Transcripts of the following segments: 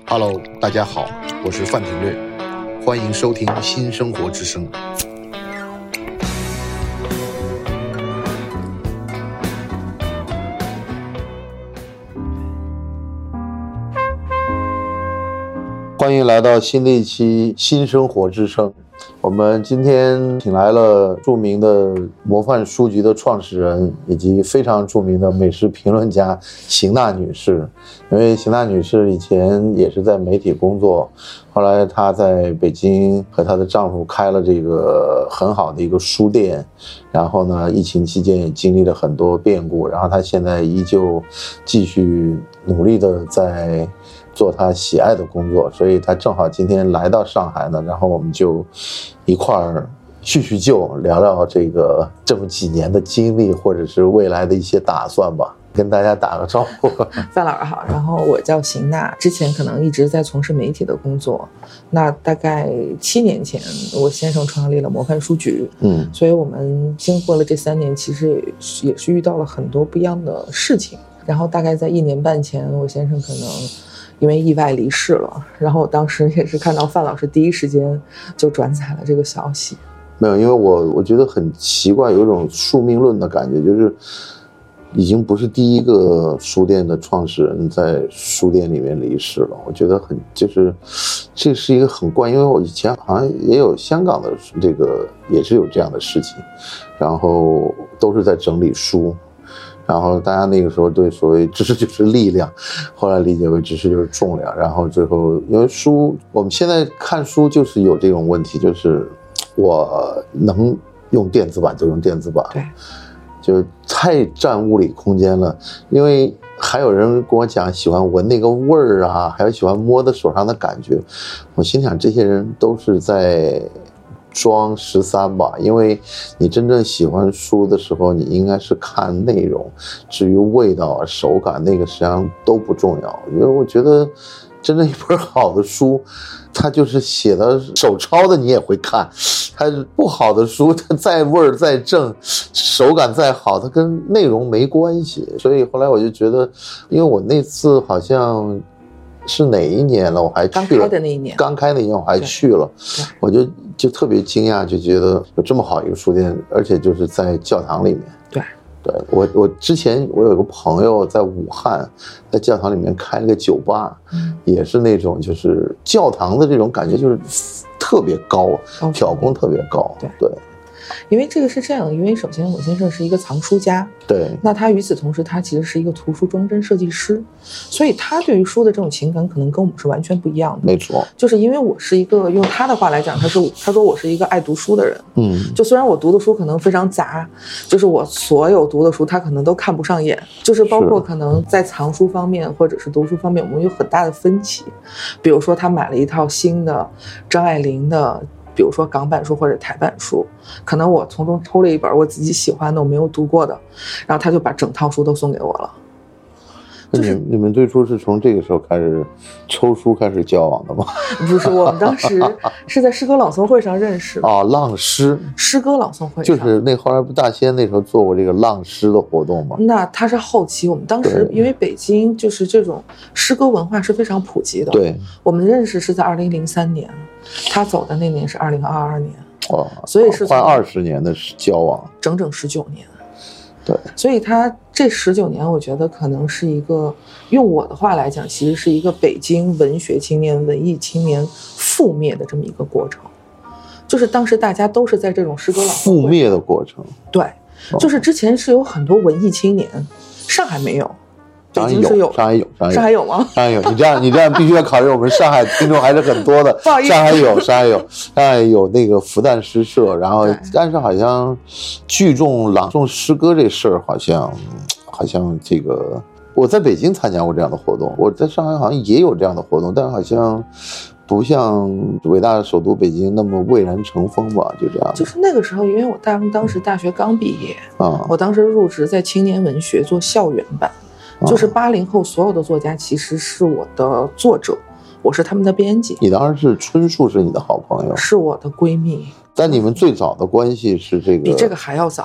Hello， 大家好，我是范廷略，欢迎收听新生活之声。欢迎来到新的一期新生活之声。我们今天请来了著名的模范书局的创始人，以及非常著名的美食评论家邢娜女士。因为邢娜女士以前也是在媒体工作，后来她在北京和她的丈夫开了这个很好的一个书店，然后呢，疫情期间也经历了很多变故，然后她现在依旧继续努力的在做他喜爱的工作，所以他正好今天来到上海呢，然后我们就一块儿叙叙旧，聊聊这么几年的经历，或者是未来的一些打算吧。跟大家打个招呼。 范老师好，然后我叫邢娜，之前可能一直在从事媒体的工作，那大概7年前我先生创立了模范书局，所以我们经过了这3年，其实也是遇到了很多不一样的事情，然后大概在1年半前，我先生可能因为意外离世了，然后我当时也是看到范老师第一时间就转载了这个消息。 没有，因为我觉得很奇怪，有一种宿命论的感觉，就是已经不是第一个书店的创始人在书店里面离世了。我觉得这是一个很怪，因为我以前好像也有香港的也是有这样的事情，然后都是在整理书。然后大家那个时候对所谓知识就是力量，后来理解为知识就是重量，然后最后因为书，我们现在看书就是有这种问题，就是我能用电子版就用电子版， 对， 就太占物理空间了。因为还有人跟我讲喜欢闻那个味儿啊，还有喜欢摸的手上的感觉，我心想这些人都是在装13吧，因为你真正喜欢书的时候，你应该是看内容，至于味道啊、手感，那个实际上都不重要。因为我觉得真正一本好的书，它就是写的手抄的，你也会看。它不好的书，它再味儿再正，手感再好，它跟内容没关系。所以后来我就觉得，因为我那次好像是哪一年了，我还去了，刚开的那一年我还去了，我就特别惊讶，就觉得有这么好一个书店，而且就是在教堂里面。对，我之前我有一个朋友在武汉，在教堂里面开了个酒吧，也是那种就是教堂的这种感觉，就是特别高，挑工特别高。对。 因为这个是这样，因为首先我先生是一个藏书家， 对， 那他与此同时他其实是一个图书装帧设计师，所以他对于书的这种情感可能跟我们是完全不一样的。 没错， 就是因为我是一个，用他的话来讲，他说我是一个爱读书的人，就虽然我读的书可能非常杂，就是我所有读的书他可能都看不上眼，就是包括可能在藏书方面或者是读书方面我们有很大的分歧。比如说他买了一套新的张爱玲的，比如说港版书或者台版书，可能我从中抽了一本我自己喜欢的我没有读过的，然后他就把整套书都送给我了。 你们最初是从这个时候开始抽书开始交往的吗？ 不是，我们当时是在诗歌朗诵会上认识的。 浪诗歌朗诵会上， 就是那后来不大仙那时候做过这个浪诗的活动吗？ 那他是后期，我们当时因为北京就是这种诗歌文化是非常普及的。 对， 我们认识是在2003年，他走的那年是2022年。所以是快20年的交往， 整整19年。 对， 所以他这19年，我觉得可能是一个，用我的话来讲，其实是一个北京文学青年、文艺青年覆灭的这么一个过程。就是当时大家都是在这种诗歌朗诵会覆灭的过程。 对，就是之前是有很多文艺青年，上海没有。北京是有， 上海有吗？ 上海有，你这样必须要考虑我们上海听众还是很多的。 不好意思， 上海有那个复旦诗社，然后但是好像聚众朗诵诗歌这事儿，好像这个我在北京参加过这样的活动，我在上海好像也有这样的活动，但好像不像伟大的首都北京那么蔚然成风吧，就这样。 就是那个时候，因为我当时大学刚毕业，我当时入职在青年文学做校园版。就是80后所有的作家其实是我的作者，我是他们的编辑。 你当时是春树是你的好朋友， 是我的闺蜜。 但你们最早的关系是这个， 比这个还要早。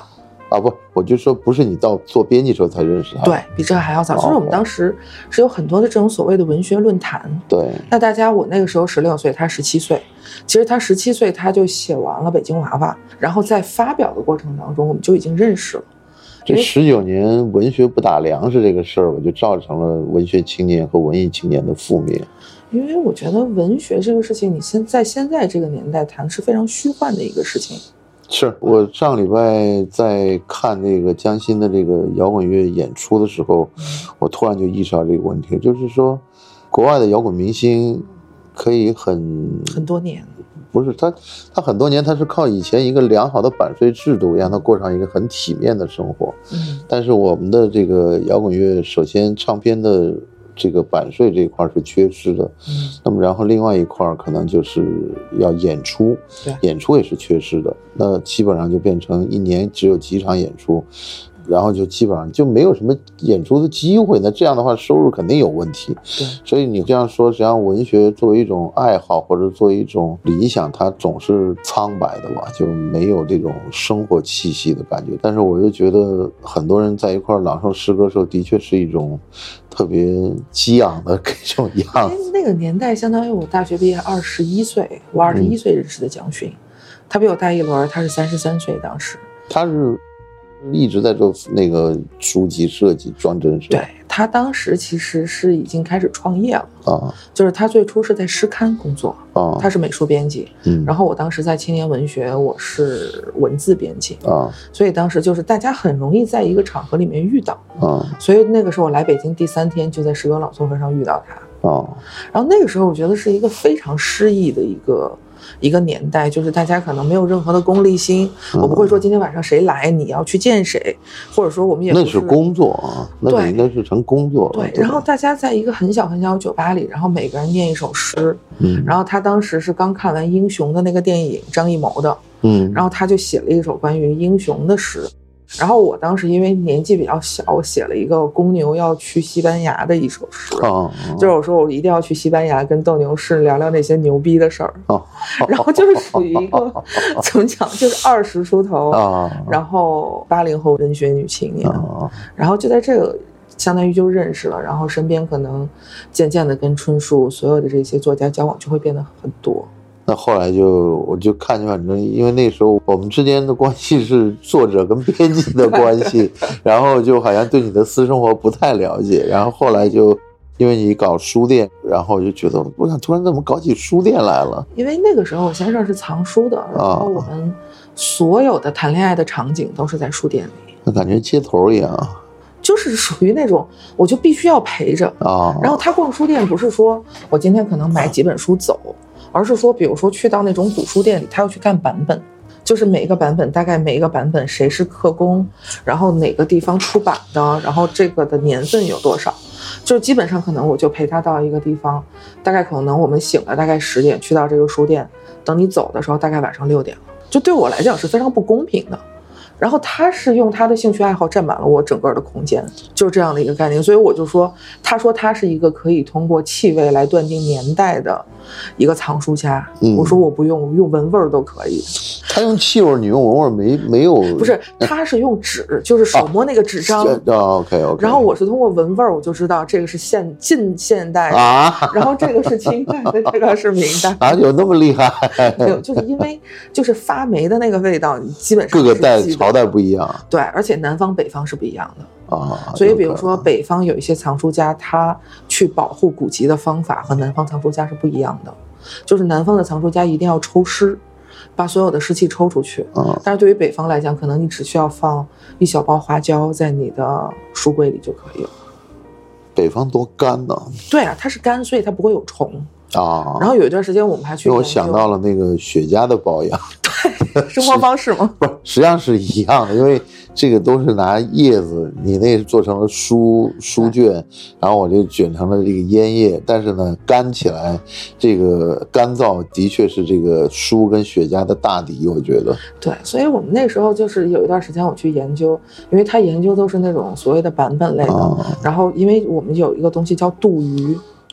啊，不，我就说不是你到做编辑时候才认识他， 对，比这还要早。就是我们当时是有很多的这种所谓的文学论坛， 对。 那大家，我那个时候16岁，他17岁，其实他17岁他就写完了《北京娃娃》，然后在发表的过程当中，我们就已经认识了。 这19年文学不打粮食这个事儿，我就造成了文学青年和文艺青年的覆灭。 因为我觉得文学这个事情，你现在这个年代谈是非常虚幻的一个事情。 是我上礼拜在看那个江心的这个摇滚乐演出的时候，我突然就意识到这个问题，就是说，国外的摇滚明星可以很多年。 不是他很多年，他是靠以前一个良好的版税制度，让他过上一个很体面的生活。但是我们的这个摇滚乐，首先唱片的这个版税这一块是缺失的，那么然后另外一块可能就是要演出，演出也是缺失的，那基本上就变成一年只有几场演出。然后就基本上就没有什么演出的机会，那这样的话收入肯定有问题。所以你这样说，实际上文学作为一种爱好或者作为一种理想，它总是苍白的吧，就没有这种生活气息的感觉。但是我就觉得很多人在一块朗诵诗歌的时候，的确是一种特别激昂的这种样子。 那个年代相当于我大学毕业21岁，我21岁认识的蒋勋，他比我大一轮，他是33岁当时。 他是一直在做那个书籍设计装帧是吧？ 对，他当时其实是已经开始创业了就是他最初是在诗刊工作他是美术编辑然后我当时在青年文学我是文字编辑所以当时就是大家很容易在一个场合里面遇到所以那个时候我来北京第3天就在诗歌朗诵会上遇到他然后那个时候我觉得是一个非常诗意的一个年代，就是大家可能没有任何的功利心我不会说今天晚上谁来你要去见谁，或者说我们也不那是工作那应该是成工作了。 对，然后大家在一个很小很小的酒吧里，然后每个人念一首诗然后他当时是刚看完英雄的那个电影，张艺谋的然后他就写了一首关于英雄的诗然后我当时因为年纪比较小，我写了一个公牛要去西班牙的一首诗就是我说我一定要去西班牙跟斗牛士聊聊那些牛逼的事儿然后就是属于一个怎么讲，就是20出头然后80后文学女青年然后就在这个相当于就认识了，然后身边可能渐渐的跟春树所有的这些作家交往就会变得很多。 那后来我就看见，反正因为那时候我们之间的关系是作者跟编辑的关系然后就好像对你的私生活不太了解，然后后来就因为你搞书店，然后就觉得我想突然怎么搞起书店来了。 因为那个时候我先生是藏书的然后我们所有的谈恋爱的场景都是在书店里， 那感觉街头一样就是属于那种我就必须要陪着然后他逛书店不是说我今天可能买几本书走而是说比如说去到那种古书店里他要去看版本，就是每一个版本大概每一个版本谁是刻工，然后哪个地方出版的，然后这个的年份有多少，就基本上可能我就陪他到一个地方，大概可能我们醒了大概10点去到这个书店，等你走的时候大概晚上6点了，就对我来讲是非常不公平的。然后他是用他的兴趣爱好占满了我整个的空间，就是这样的一个概念。所以我就说，他说他是一个可以通过气味来断定年代的一个藏书家我说我不用，我用闻味儿都可以。 他用气味，你用闻味没有？ 不是，他是用纸，就是手摸那个纸张。 OK。 然后我是通过闻味儿，我就知道这个是近现代然后这个是清代的，这个是明代有那么厉害？ 没有，就是因为就是发霉的那个味道，你基本上各个朝代不一样。 对，而且南方北方是不一样的所以比如说北方有一些藏书家，他去保护古籍的方法和南方藏书家是不一样的。就是南方的藏书家一定要抽湿，把所有的湿气抽出去但是对于北方来讲，可能你只需要放一小包花椒在你的书柜里就可以了。 北方多干呢？ 对啊，它是干，所以它不会有虫然后有一段时间我们还去我想到了那个雪茄的保养对，生活方式吗？ 不是，实际上是一样的，因为这个都是拿叶子，你那是做成了书卷，然后我就卷成了这个烟叶，但是呢干起来这个干燥的确是这个书跟雪茄的大敌，我觉得。 对，所以我们那时候就是有一段时间我去研究，因为他研究都是那种所谓的版本类的然后因为我们有一个东西叫杜鱼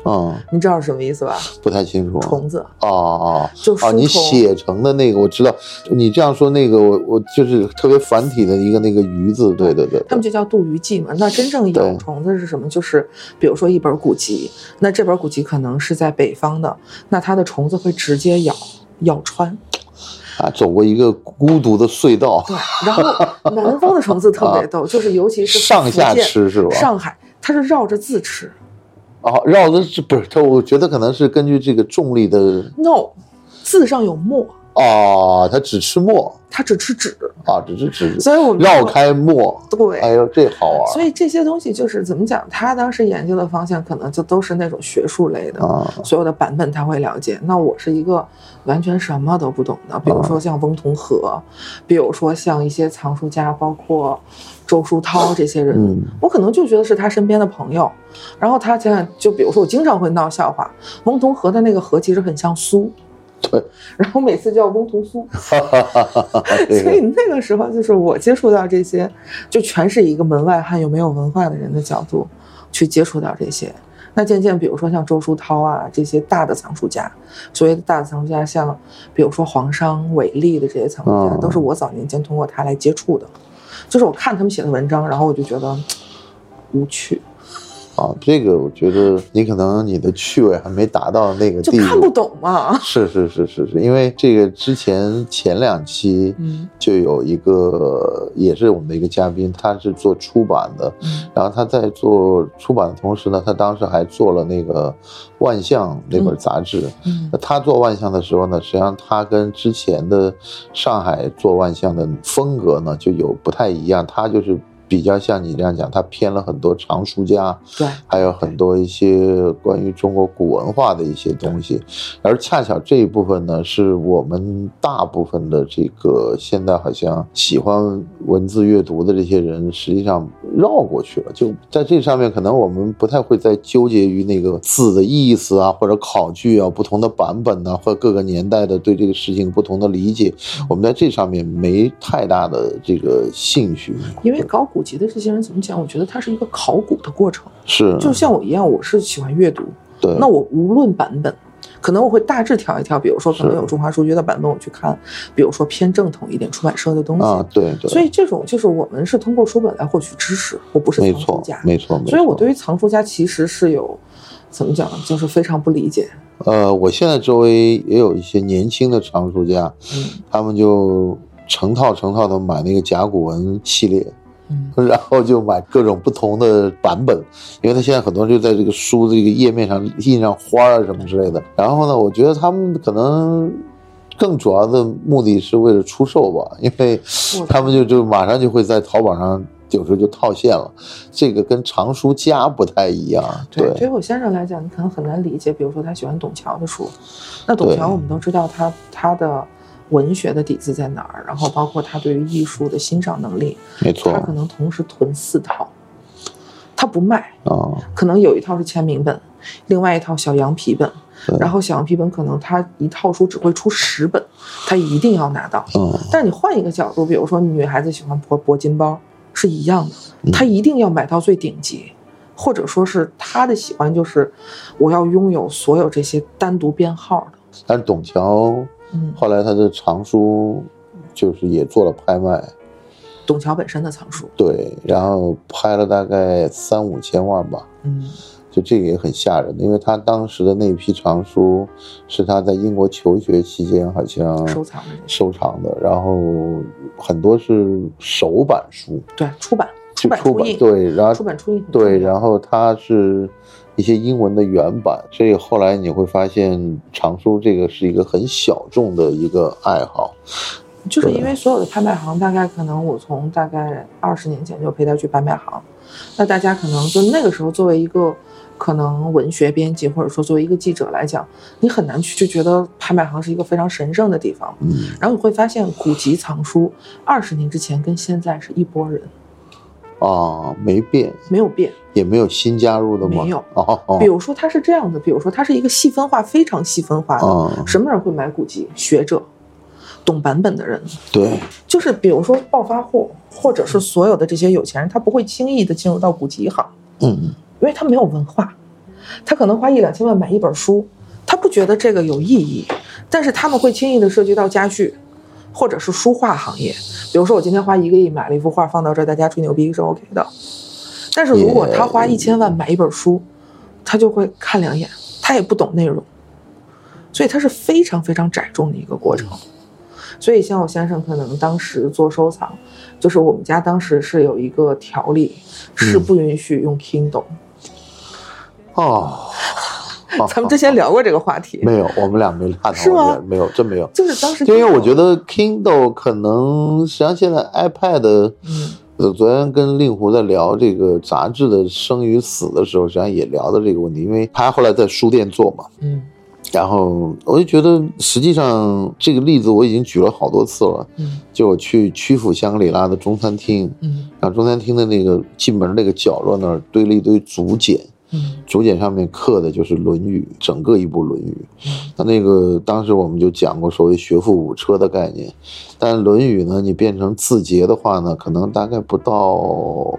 你知道是什么意思吧？ 不太清楚。 虫子就你写成的那个我知道，你这样说那个我就是特别繁体的一个那个鱼字，对， 他们就叫杜鱼记嘛。那真正咬虫子是什么？就是比如说一本古籍，那这本古籍可能是在北方的，那它的虫子会直接咬穿。 走过一个孤独的隧道。 对，然后南方的虫子特别逗，就是尤其是上下吃是吧？ 上海它是绕着字吃。 绕着字不是它，我觉得可能是根据这个重力的。 No， 字上有墨。 它只吃墨， 它只吃纸只吃纸， 所以我们绕开墨。 对， 哎呦，这好玩。 所以这些东西就是怎么讲，他当时研究的方向可能就都是那种学术类的，所有的版本他会了解。那我是一个完全什么都不懂的，比如说像翁同龢，比如说像一些藏书家，包括周书涛这些人，我可能就觉得是他身边的朋友。然后他现在就比如说我经常会闹笑话，翁同龢的那个龢其实很像苏。 对， 然后每次叫翁同苏，所以那个时候就是我接触到这些，就全是一个门外汉又没有文化的人的角度去接触到这些。那渐渐比如说像周书涛啊这些大的藏书家，所谓的大的藏书家，像比如说黄商、韦力的这些藏书家，都是我早年间通过他来接触的。就是我看他们写的文章，然后我就觉得无趣。 这个我觉得你可能你的趣味还没达到那个地步， 就看不懂嘛。 是，因为这个之前2期就有一个也是我们的一个嘉宾，他是做出版的，然后他在做出版的同时呢，他当时还做了那个万象那本杂志。他做万象的时候呢，实际上他跟之前的上海做万象的风格呢就有不太一样，他就是比较像你这样讲，他偏了很多藏书家， 对， 还有很多一些关于中国古文化的一些东西，而恰巧这一部分呢，是我们大部分的这个现在好像喜欢文字阅读的这些人，实际上绕过去了，就在这上面，可能我们不太会再纠结于那个字的意思啊，或者考据啊，不同的版本啊，或者各个年代的对这个事情不同的理解，我们在这上面没太大的这个兴趣， 因为搞古籍的这些人怎么讲？我觉得它是一个考古的过程， 是， 就像我一样，我是喜欢阅读。 对， 那我无论版本，可能我会大致挑一挑，比如说可能有中华书局的版本我去看，比如说偏正统一点出版社的东西对。 所以这种就是我们是通过书本来获取知识，我不是藏书家， 没错。 所以我对于藏书家其实是有怎么讲，就是非常不理解。 我现在周围也有一些年轻的藏书家，他们就成套的买那个甲骨文系列。然后就买各种不同的版本，因为他现在很多人就在这个书的这个页面上印上花啊什么之类的。然后呢，我觉得他们可能更主要的目的是为了出售吧，因为他们就马上就会在淘宝上有时候就套现了，这个跟藏书家不太一样。对于我先生来讲，你可能很难理解，比如说他喜欢董桥的书，那董桥我们都知道他的文学的底子在哪儿，然后包括他对于艺术的欣赏能力， 没错， 他可能同时囤4套，他不卖可能有一套是签名本，另外一套小羊皮本，然后小羊皮本可能他一套书只会出10本，他一定要拿到。但是你换一个角度，比如说女孩子喜欢铂金包是一样的，他一定要买到最顶级，或者说是他的喜欢就是我要拥有所有这些单独编号的。 但是董桥后来他的藏书就是也做了拍卖， 董桥本身的藏书， 对，然后拍了大概3-5千万吧，就这个也很吓人，因为他当时的那批藏书是他在英国求学期间好像收藏的，然后很多是首版书， 对，出版对，然后出版出印， 对，然后他是一些英文的原版，所以后来你会发现藏书这个是一个很小众的一个爱好， 就是因为所有的拍卖行，大概可能我从大概20年前就陪他去拍卖行，那大家可能就那个时候作为一个可能文学编辑或者说作为一个记者来讲，你很难去就觉得拍卖行是一个非常神圣的地方，然后你会发现古籍藏书20年之前跟现在是一拨人。 没变， 没有变， 也没有新加入的吗？ 没有。比如说它是这样的，比如说它是一个细分化，非常细分化的。什么人会买古籍？学者，懂版本的人。 对， 就是比如说暴发户，或者是所有的这些有钱人，他不会轻易的进入到古籍行，因为他没有文化。 他可能花1-2千万买一本书，他不觉得这个有意义，但是他们会轻易的涉及到家具或者是书画行业。比如说我今天花1个亿买了一幅画放到这儿，大家吹牛逼是 OK 的。但是如果他花1000万买一本书，他就会看2眼，他也不懂内容，所以它是非常非常窄众的一个过程。所以像我先生可能当时做收藏，就是我们家当时是有一个条例，是不允许用 Kindle。咱们之前聊过这个话题。 没有，我们俩没探讨过。没有，真没有。 就是当时， 因为我觉得 Kindle 可能实际上现在 iPad，昨天跟令狐在聊这个杂志的生与死的时候，实际上也聊到这个问题，因为他后来在书店做嘛。然后我就觉得实际上这个例子我已经举了好多次了。就我去曲阜香格里拉的中餐厅，然后中餐厅的那个进门那个角落那儿堆了一堆竹简，竹简上面刻的就是《论语》，整个一部《论语》。那个当时我们就讲过所谓学富五车的概念，但《论语》呢，你变成字节的话呢，可能大概不到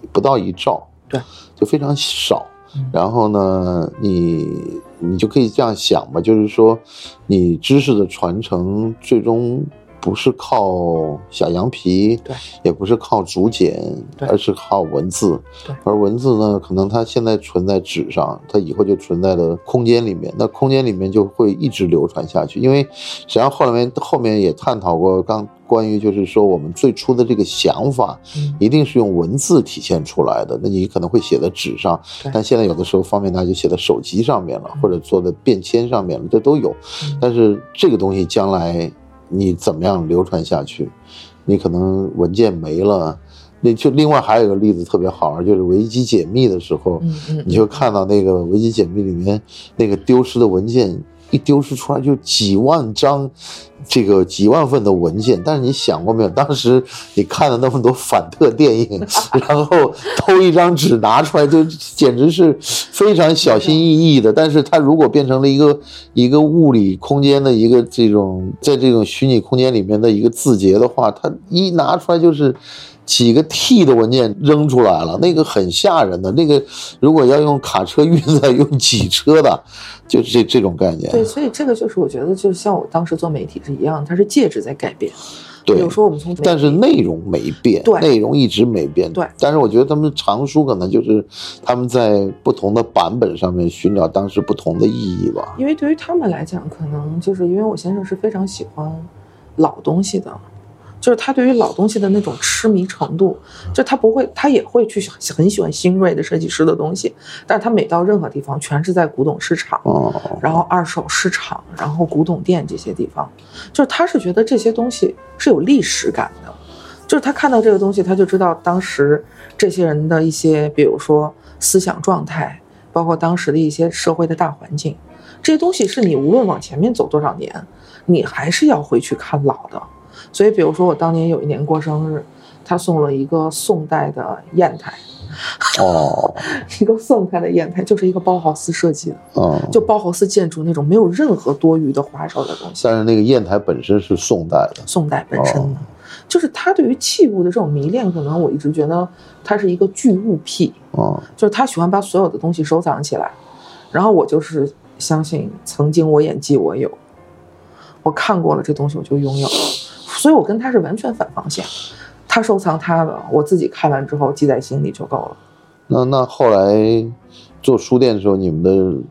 1兆， 对， 就非常少。然后呢，你就可以这样想吧，就是说，你知识的传承最终不是靠小羊皮， 对， 也不是靠竹简，而是靠文字。 对， 而文字呢，可能它现在存在纸上，它以后就存在了空间里面，那空间里面就会一直流传下去。因为实际上后面也探讨过关于就是说我们最初的这个想法一定是用文字体现出来的，那你可能会写在纸上，但现在有的时候方便大家就写在手机上面了，或者做在便签上面了，这都有。但是这个东西将来你怎么样流传下去，你可能文件没了。那就另外还有一个例子特别好玩，就是维基解密的时候，你就看到那个维基解密里面那个丢失的文件一丢失出来就几万张，这个几万份的文件。但是你想过没有，当时你看了那么多反特电影，然后偷一张纸拿出来，就简直是非常小心翼翼的。但是它如果变成了一个物理空间的一个这种，在这种虚拟空间里面的一个字节的话，它一拿出来就是几个 T 的文件扔出来了，那个很吓人的。那个如果要用卡车运载，用几车的，就是这种概念。 对，所以这个就是我觉得，就像我当时做媒体是一样，它是介质在改变。 对， 比如说我们从但是内容没变， 对， 内容一直没变。 对， 但是我觉得他们藏书可能就是他们在不同的版本上面寻找当时不同的意义吧。 因为对于他们来讲，可能就是因为我先生是非常喜欢老东西的。就是他对于老东西的那种痴迷程度，就他也会去很喜欢新锐的设计师的东西，但是他每到任何地方全是在古董市场，然后二手市场，然后古董店这些地方，就是他是觉得这些东西是有历史感的，就是他看到这个东西，他就知道当时这些人的一些，比如说思想状态，包括当时的一些社会的大环境，这些东西是你无论往前面走多少年，你还是要回去看老的。所以比如说我当年有一年过生日，他送了一个宋代的砚台，一个宋代的砚台，就是一个包豪斯设计的，就包豪斯建筑那种没有任何多余的花哨的东西。 但是那个砚台本身是宋代的， 宋代本身的，就是他对于器物的这种迷恋，可能我一直觉得他是一个巨物癖，就是他喜欢把所有的东西收藏起来，然后我就是相信曾经我眼记我有，我看过了这东西我就拥有。所以我跟他是完全反方向，他收藏他的，我自己看完之后记在心里就够了。 那后来做书店的时候，你们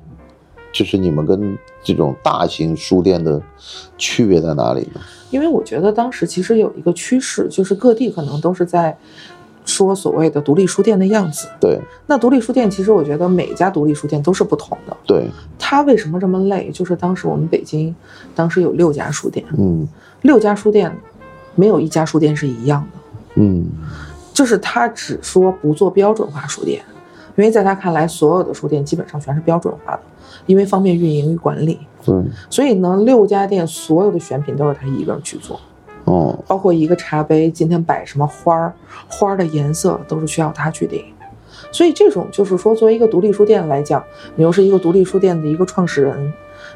跟这种大型书店的区别在哪里呢？ 因为我觉得当时其实有一个趋势，就是各地可能都是在说所谓的独立书店的样子。 对， 那独立书店其实我觉得每一家独立书店都是不同的。 对， 它为什么这么累？就是当时我们北京当时有6家书店，6家书店没有一家书店是一样的。就是他只说不做标准化书店，因为在他看来所有的书店基本上全是标准化的，因为方便运营与管理。所以呢6家店所有的选品都是他一个人去做。包括一个茶杯今天摆什么花的颜色都是需要他去定。所以这种就是说作为一个独立书店来讲，你又是一个独立书店的一个创始人，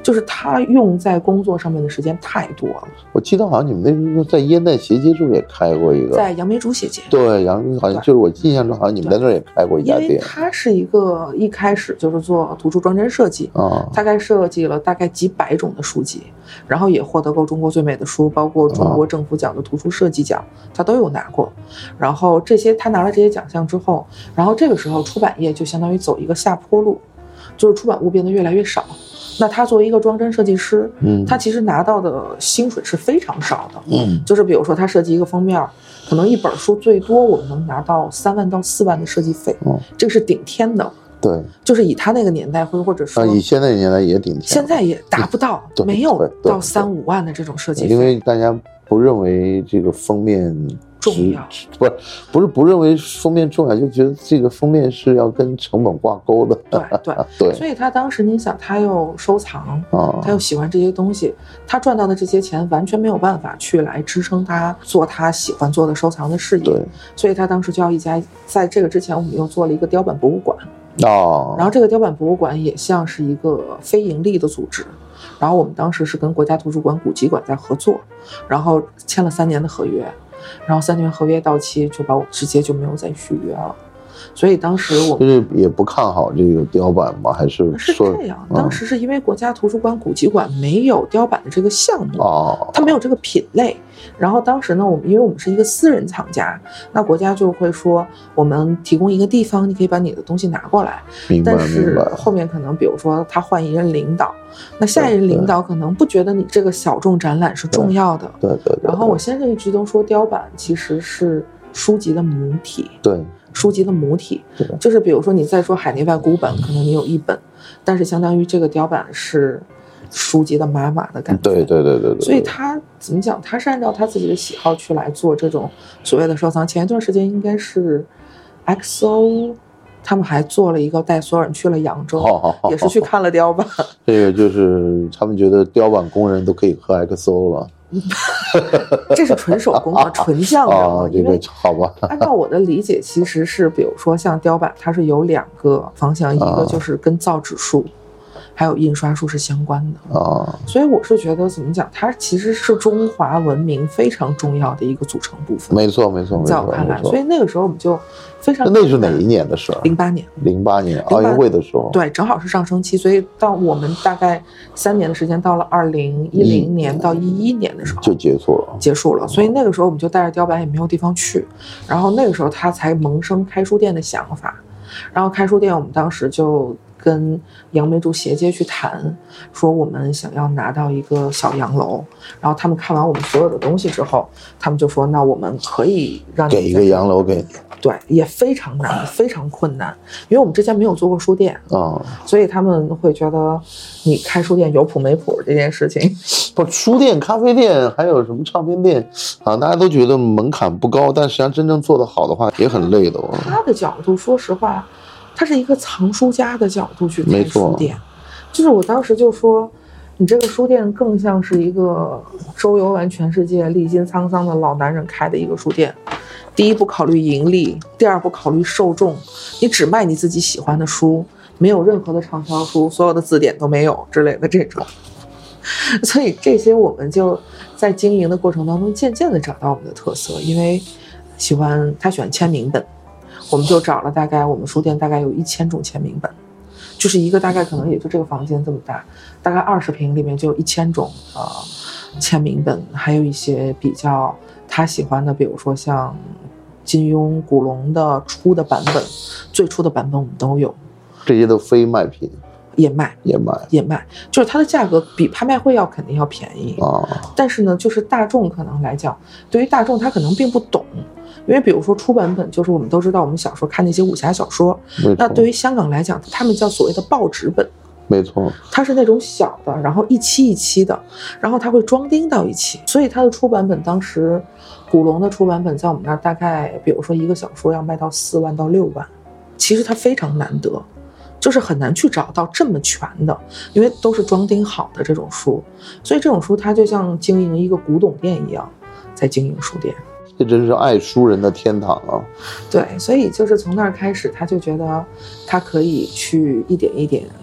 就是他用在工作上面的时间太多了。 我记得好像你们那时候在烟袋斜街是不是也开过一个？ 在杨梅竹斜街。 对，杨梅好像就是我印象中好像你们在那儿也开过一家店。 因为他是一个一开始就是做图书装帧设计，大概设计了大概几百种的书籍，然后也获得过中国最美的书，包括中国政府奖的图书设计奖，他都有拿过。然后这些他拿了这些奖项之后，然后这个时候出版业就相当于走一个下坡路，就是出版物变得越来越少。那他作为一个装帧设计师，他其实拿到的薪水是非常少的，就是比如说他设计一个封面，可能一本书最多我们能拿到3万到4万的设计费，这个是顶天的。 对， 就是以他那个年代或者说以现在的年代也顶天， 现在也达不到，没有到3、5万的这种设计费， 因为大家不认为这个封面重要， 不是不认为封面重要，就觉得这个封面是要跟成本挂钩的。 对，所以他当时你想，他又收藏，他又喜欢这些东西，他赚到的这些钱完全没有办法去来支撑他做他喜欢做的收藏的事业。对，所以他当时就要一家，在这个之前我们又做了一个雕版博物馆。然后这个雕版博物馆也像是一个非盈利的组织，然后我们当时是跟国家图书馆古籍馆在合作，然后签了3年的合约，然后3年合约到期就把我直接就没有再续约了。所以当时我们也不看好这个雕版吗？还是是这样？当时是因为国家图书馆古籍馆没有雕版的这个项目，它没有这个品类。然后当时呢，因为我们是一个私人藏家，那国家就会说我们提供一个地方，你可以把你的东西拿过来。但是后面可能比如说他换一任领导，那下一任领导可能不觉得你这个小众展览是重要的。 对。 然后我先生一直都说雕版其实是书籍的母体。 对。 书籍的母体，就是比如说你再说海内外古本，可能你有1本，但是相当于这个雕版是书籍的妈妈的感觉。对。所以他怎么讲？他是按照他自己的喜好去来做这种所谓的收藏。前一段时间应该是 XO， 他们还做了一个带所有人去了扬州，也是去看了雕版。 这个就是他们觉得雕版工人都可以喝 XO 了。 这是纯手工纯匠的这个好吧。 按照我的理解，其实是比如说像雕版，它是有2个方向，一个就是跟造纸术还有印刷术是相关的所以我是觉得怎么讲，它其实是中华文明非常重要的一个组成部分。 没错，在我看来，所以那个时候我们就非常。 那是哪一年的事 ？08年。 08年奥运会的时候。 对，正好是上升期，所以到我们大概3年的时间，到了2010年到11年的时候就结束了。 所以那个时候我们就带着雕版也没有地方去，然后那个时候他才萌生开书店的想法，然后开书店我们当时就跟杨梅竹斜街去谈，说我们想要拿到一个小洋楼，然后他们看完我们所有的东西之后，他们就说那我们可以让你给一个洋楼给你。 对，也非常难，非常困难，因为我们之前没有做过书店所以他们会觉得你开书店有谱没谱这件事情。 不，书店、咖啡店还有什么唱片店大家都觉得门槛不高，但实际上真正做得好的话也很累的他的角度，说实话，他是一个藏书家的角度去开书店，就是我当时就说，你这个书店更像是一个周游完全世界、历经沧桑的老男人开的一个书店。第一，不考虑盈利；第二，不考虑受众，你只卖你自己喜欢的书，没有任何的畅销书，所有的字典都没有之类的这种。所以这些我们就在经营的过程当中渐渐的找到我们的特色，因为他喜欢签名本，我们就找了大概我们书店大概有1000种签名本，就是一个大概可能也就这个房间这么大，大概20平里面就有1000种签名本，还有一些比较他喜欢的，比如说像金庸、古龙的初的版本，最初的版本我们都有， 这些都非卖品。 也卖，就是它的价格比拍卖会肯定要便宜但是呢，就是大众可能来讲，对于大众他可能并不懂，因为比如说出版本，就是我们都知道，我们小时候看那些武侠小说，那对于香港来讲，他们叫所谓的报纸本。 没错， 它是那种小的，然后一期一期的，然后它会装订到一起，所以它的出版本当时古龙的出版本在我们那儿大概比如说一个小说要卖到4万到6万，其实它非常难得，就是很难去找到这么全的，因为都是装订好的这种书，所以这种书它就像经营一个古董店一样在经营书店。 这真是爱书人的天堂对，所以就是从那儿开始，他就觉得他可以去一点一点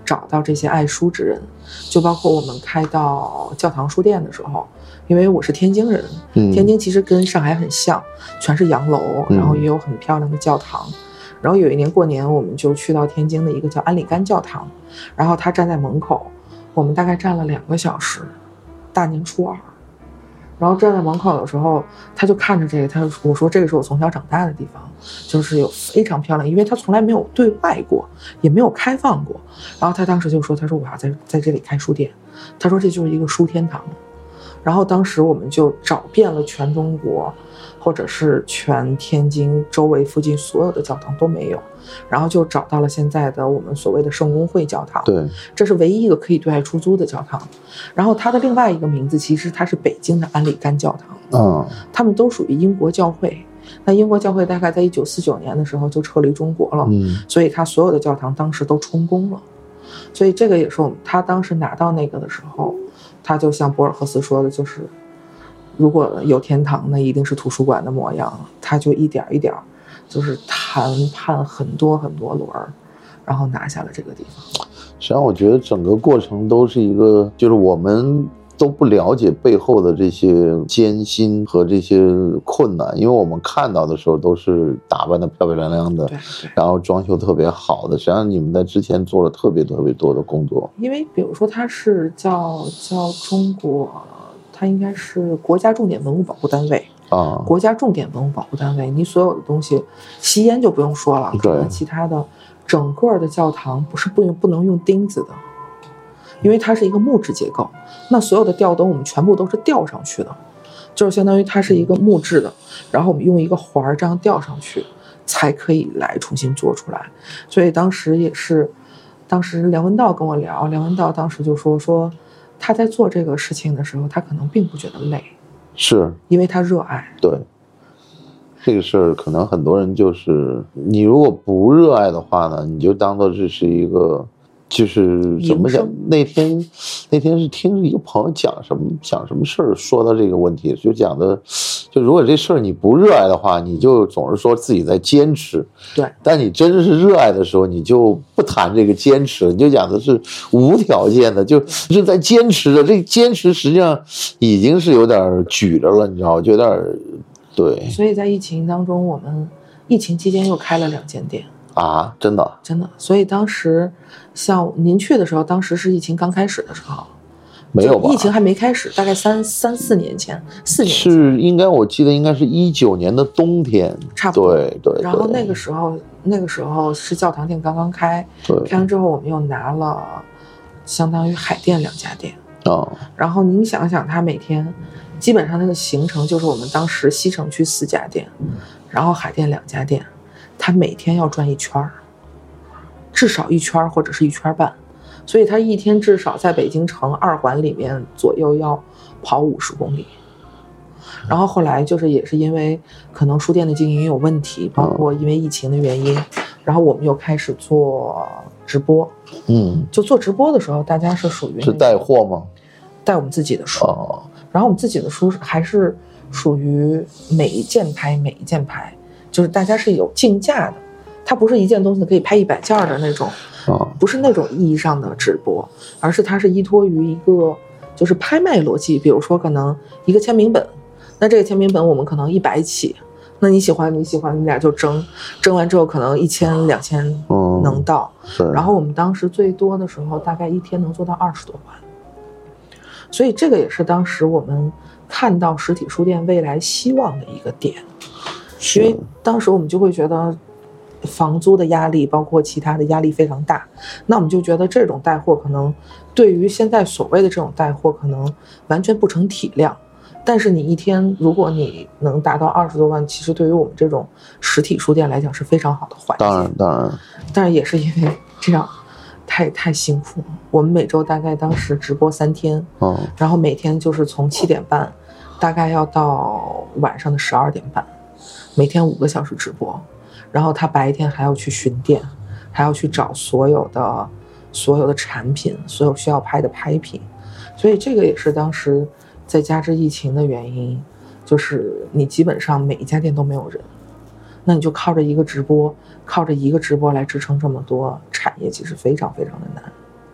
找到这些爱书之人，就包括我们开到教堂书店的时候，因为我是天津人，天津其实跟上海很像，全是洋楼，然后也有很漂亮的教堂。然后有一年过年，我们就去到天津的一个叫安里干教堂，然后他站在门口，我们大概站了2个小时，大年初2。然后站在门口的时候，他就看着这个，我说这个是我从小长大的地方，就是有非常漂亮，因为他从来没有对外过，也没有开放过。然后他当时就说，他说我要在这里开书店，他说这就是一个书天堂。然后当时我们就找遍了全中国，或者是全天津周围附近所有的教堂都没有，然后就找到了现在的我们所谓的圣公会教堂。 对， 这是唯一一个可以对外出租的教堂。然后它的另外一个名字，其实它是北京的安里干教堂。他们都属于英国教会。那英国教会大概在1949年的时候就撤离中国了，所以它所有的教堂当时都充公了。所以这个也是他当时拿到那个的时候，他就像博尔赫斯说的，就是如果有天堂，那一定是图书馆的模样。他就一点一点就是谈判很多很多轮，然后拿下了这个地方。 实际上我觉得整个过程都是一个，就是我们都不了解背后的这些艰辛和这些困难，因为我们看到的时候都是打扮的漂漂亮亮的，然后装修特别好的。实际上你们在之前做了特别特别多的工作。因为比如说它是叫中国，它应该是国家重点文物保护单位啊，国家重点文物保护单位，你所有的东西，吸烟就不用说了， 对， 其他的整个的教堂不能用钉子的。因为它是一个木质结构，那所有的吊灯我们全部都是吊上去的，就是相当于它是一个木质的，然后我们用一个环这样吊上去，才可以来重新做出来。所以当时梁文道跟我聊，梁文道当时就说他在做这个事情的时候，他可能并不觉得累， 是因为他热爱。 对，这个事儿可能很多人就是你如果不热爱的话呢，你就当做这是一个。就是怎么讲？那天是听一个朋友讲什么事儿，说到这个问题，就讲的，就如果这事儿你不热爱的话，你就总是说自己在坚持。 对， 但你真是热爱的时候，你就不谈这个坚持，你就讲的是无条件的，就是在坚持的。这坚持实际上已经是有点举着了，你知道吗？就有点对。 所以在疫情当中，我们疫情期间又开了2间店。 啊，真的， 所以当时像您去的时候，当时是疫情刚开始的时候， 没有吧？ 疫情还没开始，大概4年前是应该，我记得应该是19年的冬天， 差不多。 对。 然后那个时候是教堂店刚刚开，开完之后我们又拿了相当于海淀2家店然后您想想，他每天基本上那个行程就是我们当时西城区4家店，然后海淀2家店。他每天要转1圈，至少1圈或者是1圈半，所以他一天至少在北京城2环里面左右要跑50公里。然后后来就是也是因为可能书店的经营有问题，包括因为疫情的原因，然后我们又开始做直播。就做直播的时候，大家是属于是带货吗？ 带我们自己的书。然后我们自己的书还是属于每一件拍。就是大家是有竞价的，它不是一件东西可以拍100件的那种，不是那种意义上的直播，而是它是依托于一个就是拍卖逻辑。比如说可能一个签名本，那这个签名本我们可能100起，那你喜欢，你们俩就争完之后可能1000、2000能到。然后我们当时最多的时候大概一天能做到20多万，所以这个也是当时我们看到实体书店未来希望的一个点。因为当时我们就会觉得房租的压力包括其他的压力非常大，那我们就觉得这种带货可能对于现在所谓的这种带货可能完全不成体量，但是你一天如果你能达到20多万，其实对于我们这种实体书店来讲是非常好的环境。当然，但是也是因为这样太辛苦了。我们每周大概当时直播3天，然后每天就是从7点半大概要到晚上的12点半，每天5个小时直播，然后他白天还要去巡店，还要去找所有的产品，所有需要拍的拍品，所以这个也是当时再加之疫情的原因，就是你基本上每一家店都没有人，那你就靠着一个直播来支撑这么多产业，其实非常非常的难。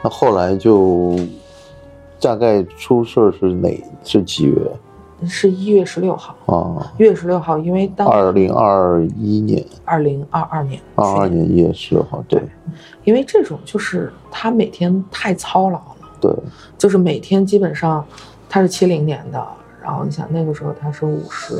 那后来就大概出事是几月？ 是1月16号啊 ，1月16号，因为当 2021年 ，2022年 ，22年1月16号，对， 因为这种就是他每天太操劳了， 对， 就是每天基本上他是70年的，然后你想那个时候他是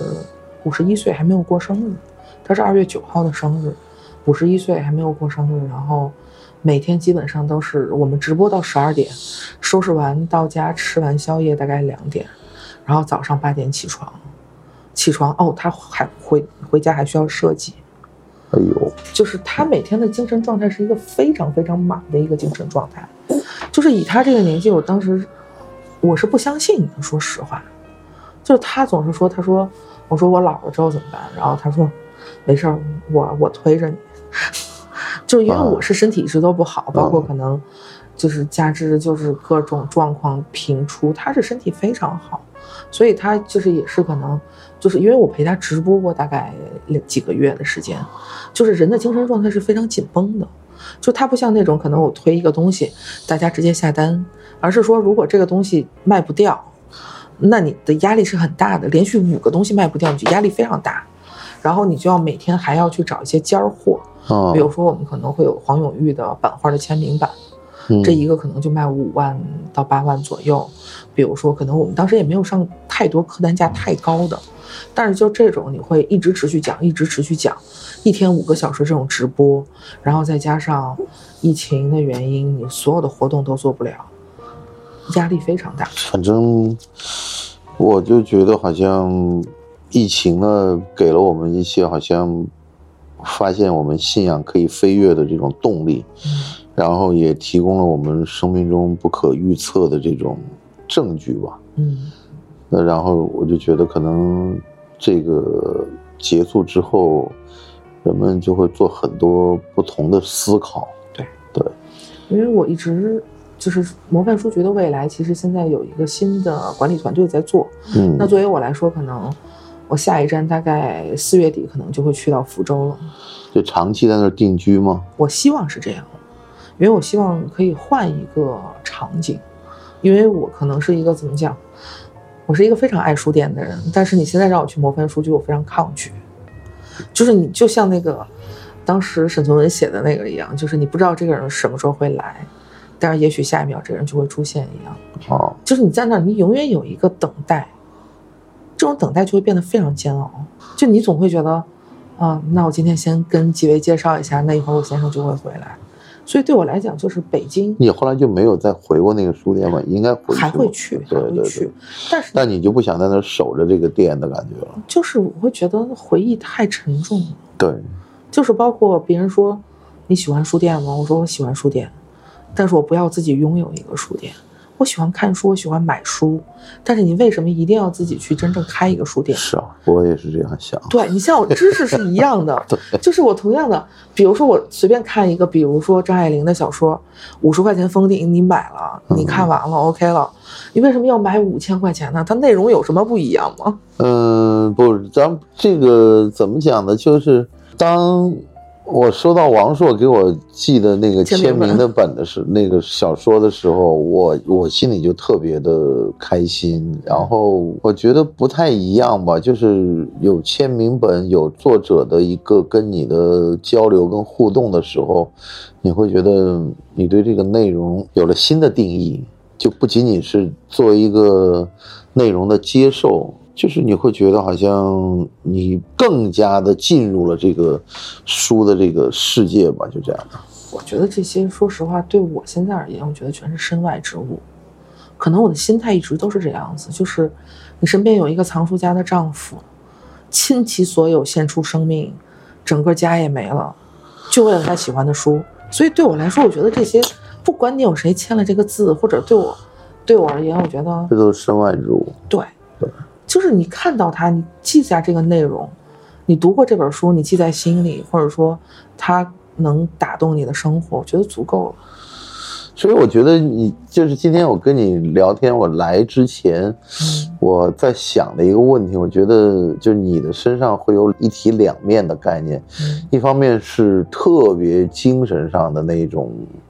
51岁，还没有过生日，他是2月9号的生日，51岁还没有过生日，然后每天基本上都是我们直播到12点，收拾完到家吃完宵夜大概2点。然后早上8点起床哦，他还回家还需要设计， 哎呦， 就是他每天的精神状态是一个非常非常满的一个精神状态，就是以他这个年纪，我当时我是不相信的，说实话，就是他总是说，我说我老了之后怎么办？然后他说没事儿，我推着你，就是因为我是身体一直都不好，包括可能就是加之就是各种状况频出，他是身体非常好。所以他就是也是可能就是因为我陪他直播过大概几个月的时间，就是人的精神状态是非常紧绷的，就他不像那种可能我推一个东西大家直接下单，而是说如果这个东西卖不掉，那你的压力是很大的，连续5个东西卖不掉，你就压力非常大，然后你就要每天还要去找一些尖货，比如说我们可能会有黄永玉的版画的签名版，这一个可能就卖5万到8万左右，比如说可能我们当时也没有上太多客单价太高的，但是就这种你会一直持续讲，一天5个小时这种直播，然后再加上疫情的原因，你所有的活动都做不了，压力非常大。 反正我就觉得好像疫情呢给了我们一些好像发现我们信仰可以飞跃的这种动力，然后也提供了我们生命中不可预测的这种证据吧。那然后我就觉得可能这个结束之后，人们就会做很多不同的思考。对， 因为我一直就是模范书局的未来，其实现在有一个新的管理团队在做。那作为我来说，可能我下一站大概4月底可能就会去到福州了。 就长期在那儿定居吗？ 我希望是这样，因为我希望可以换一个场景，因为我可能是一个怎么讲，我是一个非常爱书店的人，但是你现在让我去模范书局，我非常抗拒。就是你就像那个当时沈从文写的那个一样，就是你不知道这个人什么时候会来，但是也许下一秒这个人就会出现一样。就是你在那儿，你永远有一个等待，这种等待就会变得非常煎熬。就你总会觉得那我今天先跟几位介绍一下，那一会儿我先生就会回来。所以对我来讲，就是北京。 你后来就没有再回过那个书店吗？应该回去， 还会去， 对。 但你就不想在那儿守着这个店的感觉了？ 就是我会觉得回忆太沉重了。 对， 就是包括别人说你喜欢书店吗？我说我喜欢书店，但是我不要自己拥有一个书店。我喜欢看书，我喜欢买书，但是你为什么一定要自己去真正开一个书店？ 是啊，我也是这样想。 对，你像我知识是一样的，就是我同样的，比如说我随便看一个，比如说张爱玲的小说，50块钱封顶，你买了，你看完了，OK 了，你为什么要买5000块钱呢？它内容有什么不一样吗？ 不是，咱这个怎么讲呢？就是当我收到王朔给我寄的那个签名的本的是那个小说的时候，我心里就特别的开心。然后我觉得不太一样吧，就是有签名本，有作者的一个跟你的交流跟互动的时候，你会觉得你对这个内容有了新的定义，就不仅仅是作为一个内容的接受。就是你会觉得好像你更加的进入了这个书的这个世界吧，就这样的。 我觉得这些说实话对我现在而言，我觉得全是身外之物。可能我的心态一直都是这样子，就是你身边有一个藏书家的丈夫，倾其所有献出生命，整个家也没了，就为了他喜欢的书。所以对我来说，我觉得这些不管你有谁签了这个字，或者对我而言，我觉得这都是身外之物。 对，就是你看到它，你记下这个内容，你读过这本书，你记在心里，或者说它能打动你的生活，我觉得足够了。 所以我觉得你就是今天我跟你聊天，我来之前，我在想的一个问题，我觉得就是你的身上会有一体两面的概念，一方面是特别精神上的那种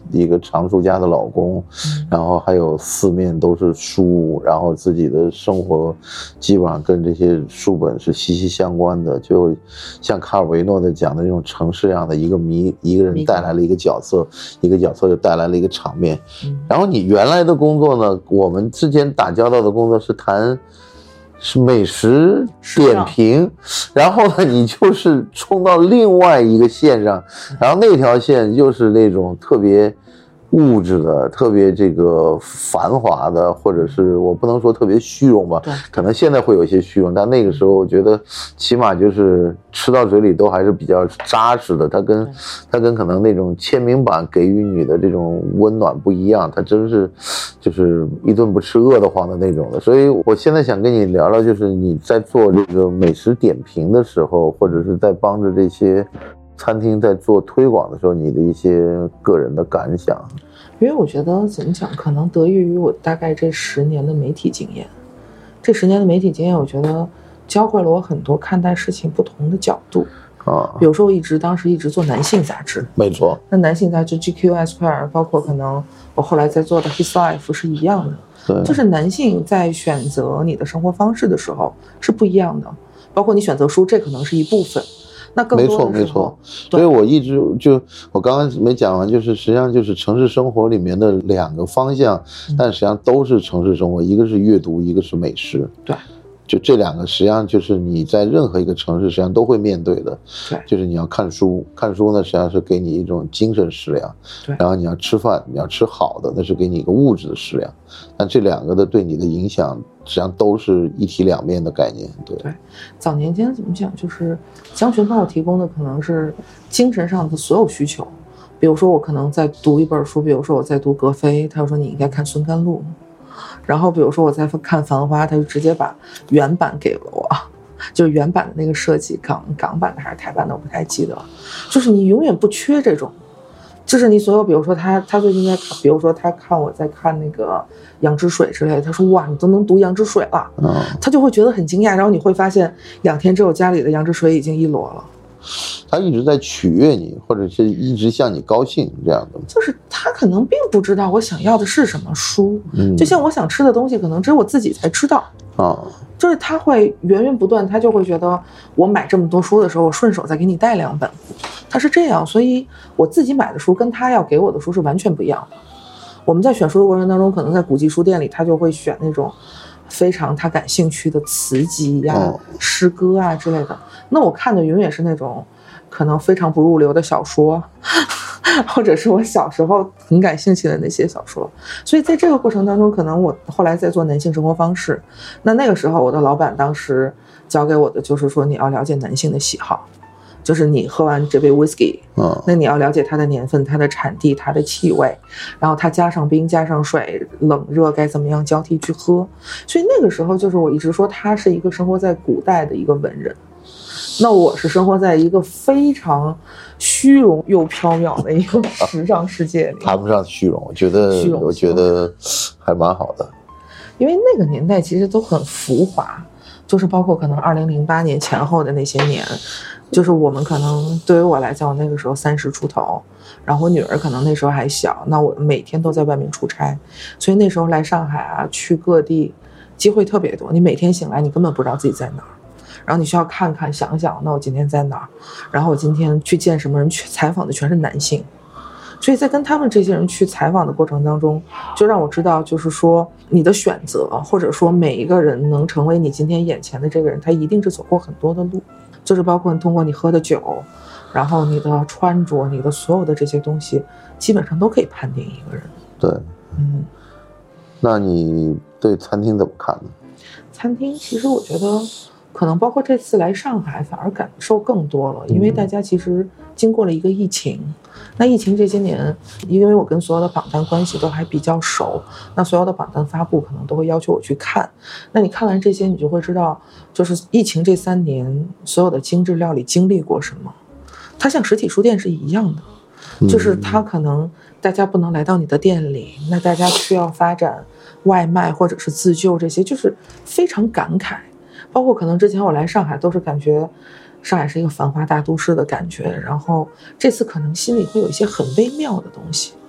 一个常住家的老公，然后还有四面都是书，然后自己的生活基本上跟这些书本是息息相关的，就像卡尔维诺的讲的那种城市一样的一个谜，一个人带来了一个角色，一个角色又带来了一个场面。然后你原来的工作呢，我们之前打交道的工作是谈是美食点评，然后呢你就是冲到另外一个线上，然后那条线又是那种特别物质的，特别这个繁华的，或者是我不能说特别虚荣吧，可能现在会有一些虚荣，但那个时候我觉得起码就是吃到嘴里都还是比较扎实的，它跟可能那种签名版给予你的这种温暖不一样，它真是就是一顿不吃饿得慌的那种的。所以我现在想跟你聊聊，就是你在做这个美食点评的时候，或者是在帮着这些餐厅在做推广的时候，你的一些个人的感想。 因为我觉得怎么讲，可能得益于我大概这10年的媒体经验。这10年的媒体经验，我觉得教会了我很多看待事情不同的角度。比如说我当时一直做男性杂志， 没错。 那男性杂志 GQ、Esquire， 包括可能我后来在做的 His Life 是一样的。对，就是男性在选择你的生活方式的时候是不一样的，包括你选择书，这可能是一部分。那更多的时候， 没错。所以我一直我刚刚没讲完，就是实际上就是城市生活里面的2个方向，但实际上都是城市生活，一个是阅读，一个是美食。 对。 就这2个实际上就是你在任何一个城市实际上都会面对的。 对， 就是你要看书呢实际上是给你一种精神食粮。 对， 然后你要吃饭，你要吃好的，那是给你一个物质的食粮。但这2个的对你的影响实际上都是一体两面的概念。对， 早年间怎么讲，就是江群帮我提供的可能是精神上的所有需求。比如说我可能在读一本书，比如说我在读格非，他就说你应该看孙甘露。然后比如说我在看《繁花》，他就直接把原版给了我，就是原版的那个设计，港版的还是台版的我不太记得。就是你永远不缺这种，就是你所有，比如说他最近在看，比如说他看我在看那个《羊脂水》之类的，他说哇你都能读《羊脂水》了，他就会觉得很惊讶。然后你会发现2天之后家里的羊脂水已经1箩了。 他一直在取悦你，或者是一直向你高兴这样的。 就是他可能并不知道我想要的是什么书，就像我想吃的东西，可能只有我自己才知道。就是他会源源不断，他就会觉得我买这么多书的时候，我顺手再给你带2本，他是这样。所以我自己买的书跟他要给我的书是完全不一样的。我们在选书的过程当中，可能在古籍书店里，他就会选那种非常他感兴趣的词集呀、诗歌啊之类的。那我看的永远是那种可能非常不入流的小说，或者是我小时候很感兴趣的那些小说。所以在这个过程当中，可能我后来在做男性生活方式，那个时候我的老板当时教给我的就是说，你要了解男性的喜好，就是你喝完这杯 whisky，那你要了解它的年份、它的产地、它的气味，然后它加上冰、加上水，冷热该怎么样交替去喝。所以那个时候就是我一直说，他是一个生活在古代的一个文人，那我是生活在一个非常虚荣又缥缈的一个时尚世界里。 谈不上虚荣，我觉得还蛮好的。 因为那个年代其实都很浮华，就是包括可能2008年前后的那些年，就是我们可能对于我来讲，我那个时候30出头，然后我女儿可能那时候还小，那我每天都在外面出差，所以那时候来上海啊，去各地机会特别多，你每天醒来你根本不知道自己在哪儿，然后你需要看看想想，那我今天在哪儿，然后我今天去见什么人，去采访的全是男性。所以在跟他们这些人去采访的过程当中，就让我知道，就是说你的选择，或者说每一个人能成为你今天眼前的这个人，他一定是走过很多的路，就是包括通过你喝的酒，然后你的穿着，你的所有的这些东西，基本上都可以判定一个人。 对，那你对餐厅怎么看呢？ 餐厅其实我觉得可能包括这次来上海反而感受更多了，因为大家其实经过了一个疫情，那疫情这些年，因为我跟所有的榜单关系都还比较熟，那所有的榜单发布可能都会要求我去看，那你看完这些你就会知道，就是疫情这3年所有的精致料理经历过什么，它像实体书店是一样的，就是它可能大家不能来到你的店里，那大家需要发展外卖或者是自救，这些就是非常感慨。包括可能之前我来上海都是感觉上海是一个繁华大都市的感觉，然后这次可能心里会有一些很微妙的东西，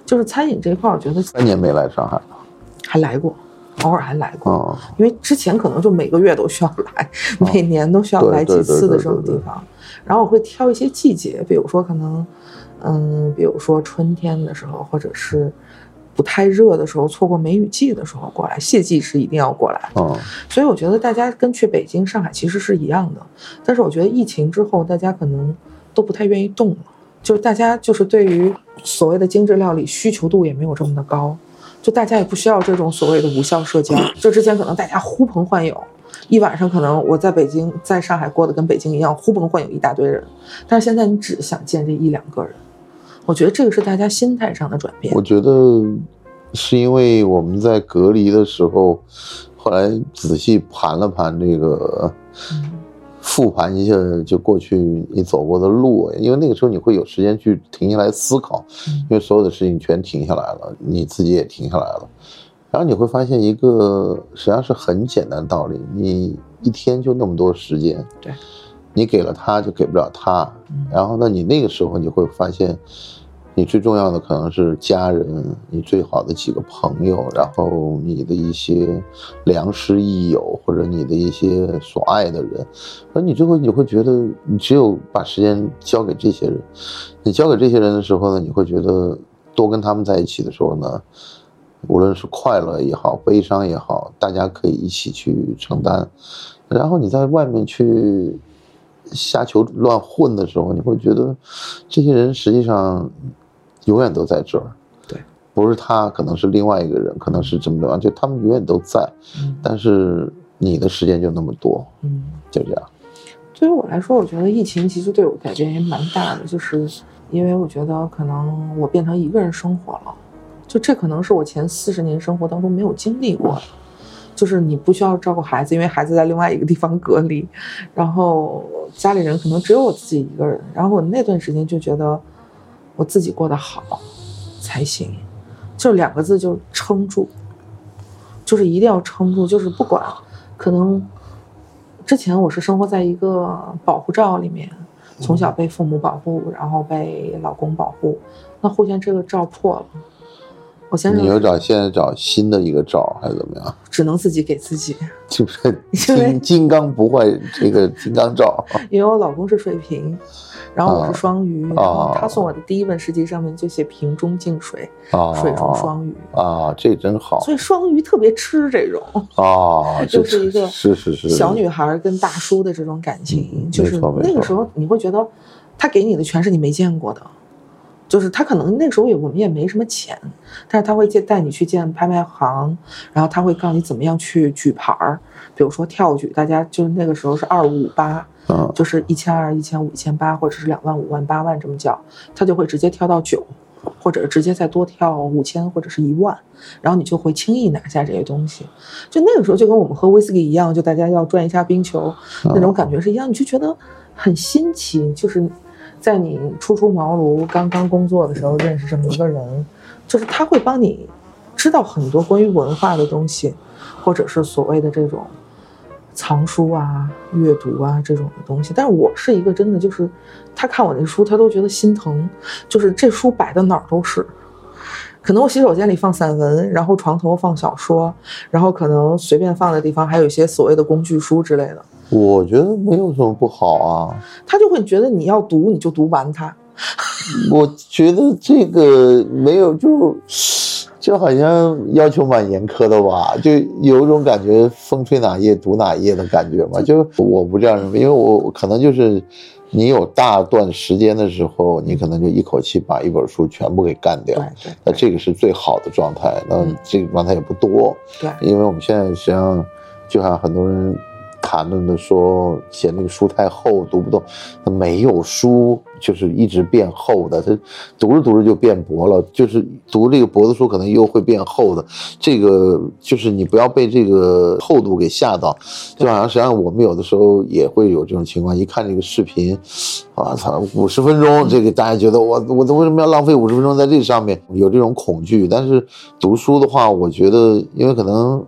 就是餐饮这一块，我觉得 3年没来上海了， 还来过，偶尔还来过，因为之前可能就每个月都需要来，每年都需要来几次的这种地方。然后我会挑一些季节，比如说可能，比如说春天的时候，或者是不太热的时候，错过梅雨季的时候过来，谢季是一定要过来。所以我觉得大家跟去北京、上海其实是一样的，但是我觉得疫情之后，大家可能都不太愿意动了，就是大家就是对于所谓的精致料理需求度也没有这么的高，就大家也不需要这种所谓的无效社交。就之前可能大家呼朋唤友，一晚上可能我在北京在上海过得跟北京一样，呼朋唤友一大堆人，但是现在你只想见这1-2个人。我觉得这个是大家心态上的转变。 我觉得是因为我们在隔离的时候，后来仔细盘了盘这个，复盘一下就过去你走过的路，因为那个时候你会有时间去停下来思考，因为所有的事情全停下来了，你自己也停下来了，然后你会发现一个实际上是很简单的道理，你一天就那么多时间， 对， 你给了他就给不了他，然后呢你那个时候你会发现你最重要的可能是家人，你最好的几个朋友，然后你的一些良师益友，或者你的一些所爱的人，而你最后你会觉得你只有把时间交给这些人，你交给这些人的时候呢，你会觉得多跟他们在一起的时候呢，无论是快乐也好，悲伤也好，大家可以一起去承担。然后你在外面去瞎球乱混的时候，你会觉得这些人实际上永远都在这儿， 对， 不是他，可能是另外一个人，可能是这么多，就他们永远都在，但是你的时间就那么多，就这样。 对于我来说，我觉得疫情其实对我改变也蛮大的，就是因为我觉得可能我变成一个人生活了，就这可能是我前40年生活当中没有经历过的。就是你不需要照顾孩子，因为孩子在另外一个地方隔离，然后家里人可能只有我自己一个人，然后我那段时间就觉得我自己过得好才行，就2个字，就撑住，就是一定要撑住，就是不管可能之前我是生活在一个保护罩里面，从小被父母保护，然后被老公保护，那互相这个罩破了，我现在找新的一个罩还是怎么样？ 只能自己给自己， 就是金刚不坏这个金刚罩。 因为我老公是水瓶，然后我是双鱼，然后他送我的第一本诗集上面就写瓶中净水，水中双鱼这真好。 所以双鱼特别吃这种就是一个小女孩跟大叔的这种感情，就是那个时候你会觉得他给你的全是你没见过的。就是他可能那时候我们也没什么钱，但是他会带你去见拍卖行，然后他会告诉你怎么样去举牌，比如说跳举，大家就是那个时候是2558，就是1200、1500、1800，或者是2万、5万、8万这么叫，他就会直接跳到9，或者直接再多跳5000或者是1万，然后你就会轻易拿下这些东西。就那个时候就跟我们喝威士忌一样，就大家要转一下冰球那种感觉是一样，你就觉得很新奇，就是在你初出茅庐刚刚工作的时候认识这么一个人，就是他会帮你知道很多关于文化的东西，或者是所谓的这种藏书啊、阅读啊这种的东西。但是我是一个真的就是他看我那书他都觉得心疼，就是这书摆的哪儿都是，可能我洗手间里放散文，然后床头放小说，然后可能随便放的地方还有一些所谓的工具书之类的。 我觉得没有什么不好啊， 他就会觉得你要读你就读完它。 我觉得这个没有，就好像要求蛮严苛的吧，就有一种感觉风吹哪页读哪页的感觉嘛。就我不这样认为，因为我可能就是你有大段时间的时候，你可能就一口气把一本书全部给干掉，那这个是最好的状态。那这个状态也不多， 对， 因为我们现在实际上就像很多人谈论的说嫌那个书太厚读不动，没有书就是一直变厚的，它读着读着就变薄了，就是读这个薄的书可能又会变厚的，这个就是你不要被这个厚度给吓到。就好像实际上我们有的时候也会有这种情况，一看这个视频我操50分钟，这个大家觉得我为什么要浪费50分钟在这上面，有这种恐惧。但是读书的话，我觉得因为可能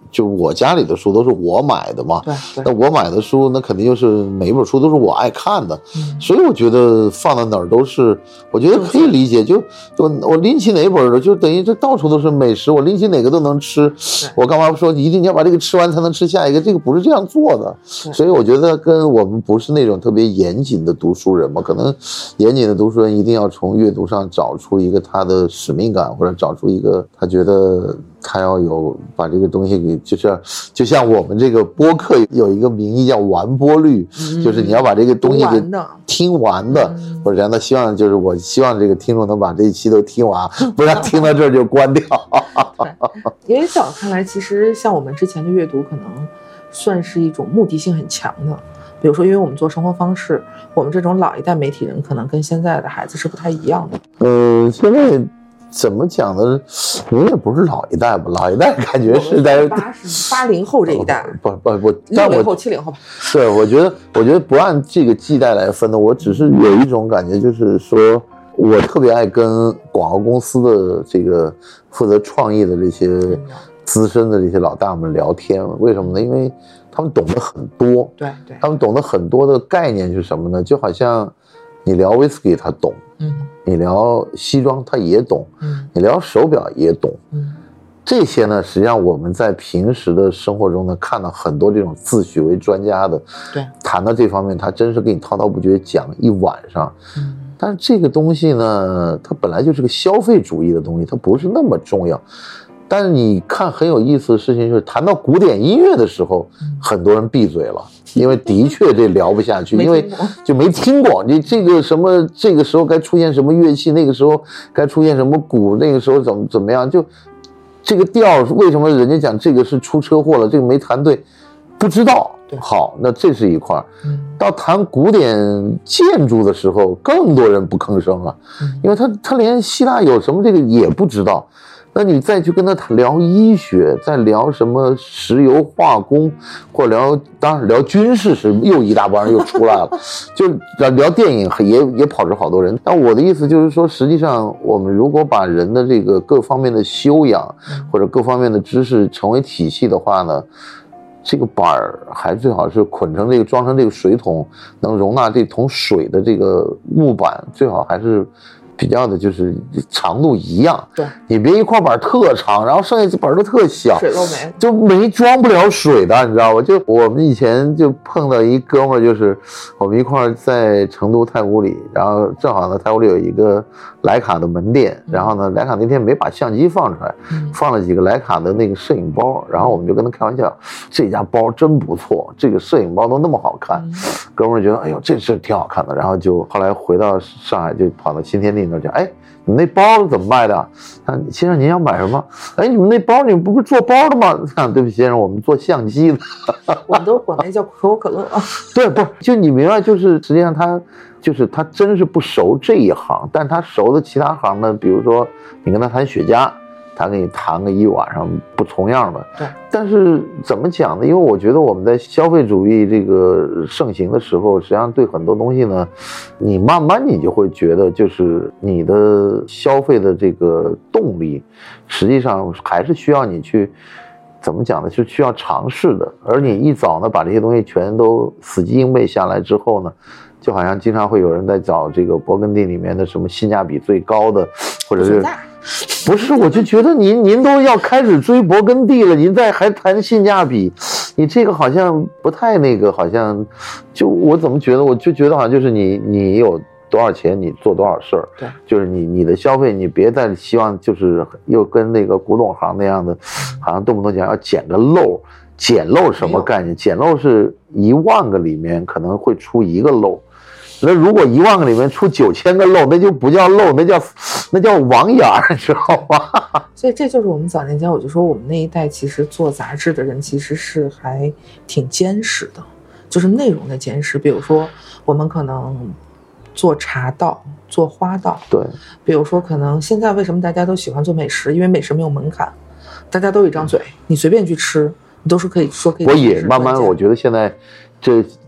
就我家里的书都是我买的嘛， 对， 那我买的书那肯定就是每一本书都是我爱看的，所以我觉得放到哪儿都是，我觉得可以理解。就我拎起哪一本的，就等于这到处都是美食，我拎起哪个都能吃。我干嘛说一定要把这个吃完才能吃下一个？这个不是这样做的。所以我觉得跟我们不是那种特别严谨的读书人嘛，可能严谨的读书人一定要从阅读上找出一个他的使命感，或者找出一个他觉得他要有把这个东西给，就像我们这个播客有一个名义叫完播率，就是你要把这个东西给听完的，或者那希望就是我希望这个听众能把这一期都听完，不然听到这儿就关掉。 因为在我看来，其实像我们之前的阅读可能算是一种目的性很强的，比如说因为我们做生活方式，我们这种老一代媒体人可能跟现在的孩子是不太一样的。 现在怎么讲呢？我也不是老一代吧，老一代感觉是在 80后这一代， 不 ，60后、70后吧。 对，我觉得不按这个季代来分的，我只是有一种感觉，就是说我特别爱跟广告公司的这个负责创意的这些资深的这些老大们聊天。为什么呢？因为他们懂得很多， 对， 他们懂得很多的概念是什么呢？就好像你聊威士忌他懂，你聊西装他也懂，你聊手表也懂，这些呢，实际上我们在平时的生活中呢，看到很多这种自诩为专家的， 对， 谈到这方面，他真是给你滔滔不绝讲一晚上。但是这个东西呢，它本来就是个消费主义的东西，它不是那么重要。但是你看很有意思的事情就是谈到古典音乐的时候，很多人闭嘴了，因为的确这聊不下去，因为就没听过你这个什么，这个时候该出现什么乐器，那个时候该出现什么鼓，那个时候怎么样，就这个调为什么人家讲这个是出车祸了，这个没弹对，不知道。好，那这是一块。到谈古典建筑的时候，更多人不吭声了，因为他连希腊有什么这个也不知道。那你再去跟他聊医学，再聊什么石油化工，或者当然聊军事是又一大帮人又出来了，就聊电影也跑出好多人。但我的意思就是说，实际上我们如果把人的这个各方面的修养或者各方面的知识成为体系的话呢，这个板儿还最好是捆成这个装成这个水桶，能容纳这桶水的这个木板，最好还是比较的就是长度一样。 对， 你别一块板特长，然后剩下板都特小， 水都没， 就没装不了水的，你知道吧？就我们以前就碰到一哥们儿，就是我们一块在成都太古里，然后正好呢太古里有一个徕卡的门店，然后呢徕卡那天没把相机放出来，放了几个徕卡的那个摄影包，然后我们就跟他开玩笑，这家包真不错，这个摄影包都那么好看。哥们儿觉得哎呦这是挺好看的，然后就后来回到上海就跑到新天地那讲，哎，你们那包怎么卖的？啊，先生您要买什么？哎，你们那包你们不是做包的吗？啊，对不起先生，我们做相机的。 我们都管那叫可口可乐。 对，不是，就你明白，就是实际上他真是不熟这一行，但他熟的其他行呢，比如说你跟他谈雪茄，他给你谈个一晚上不重样的。 对， 但是怎么讲呢？因为我觉得我们在消费主义这个盛行的时候，实际上对很多东西呢，你慢慢你就会觉得，就是你的消费的这个动力，实际上还是需要你去怎么讲呢？是需要尝试的。而你一早呢把这些东西全都死记硬背下来之后呢，就好像经常会有人在找这个勃艮第里面的什么性价比最高的，或者是不是？我就觉得您都要开始追勃艮第了，您还谈性价比，你这个好像不太那个，好像就我怎么觉得，我就觉得好像就是你有多少钱你做多少事儿， 对， 就是你的消费，你别再希望就是又跟那个古董行那样的，好像动不动讲要捡个漏。捡漏什么概念？捡漏是10000个里面可能会出一个漏，那如果10000个里面出9000个漏，那就不叫漏，那叫网眼儿，知道吗？ 所以这就是我们早年间我就说我们那一代其实做杂志的人其实是还挺坚实的，就是内容的坚实。比如说我们可能做茶道，做花道， 对， 比如说可能现在为什么大家都喜欢做美食，因为美食没有门槛，大家都有一张嘴，你随便去吃，你都是可以说可以。 我也慢慢，我觉得现在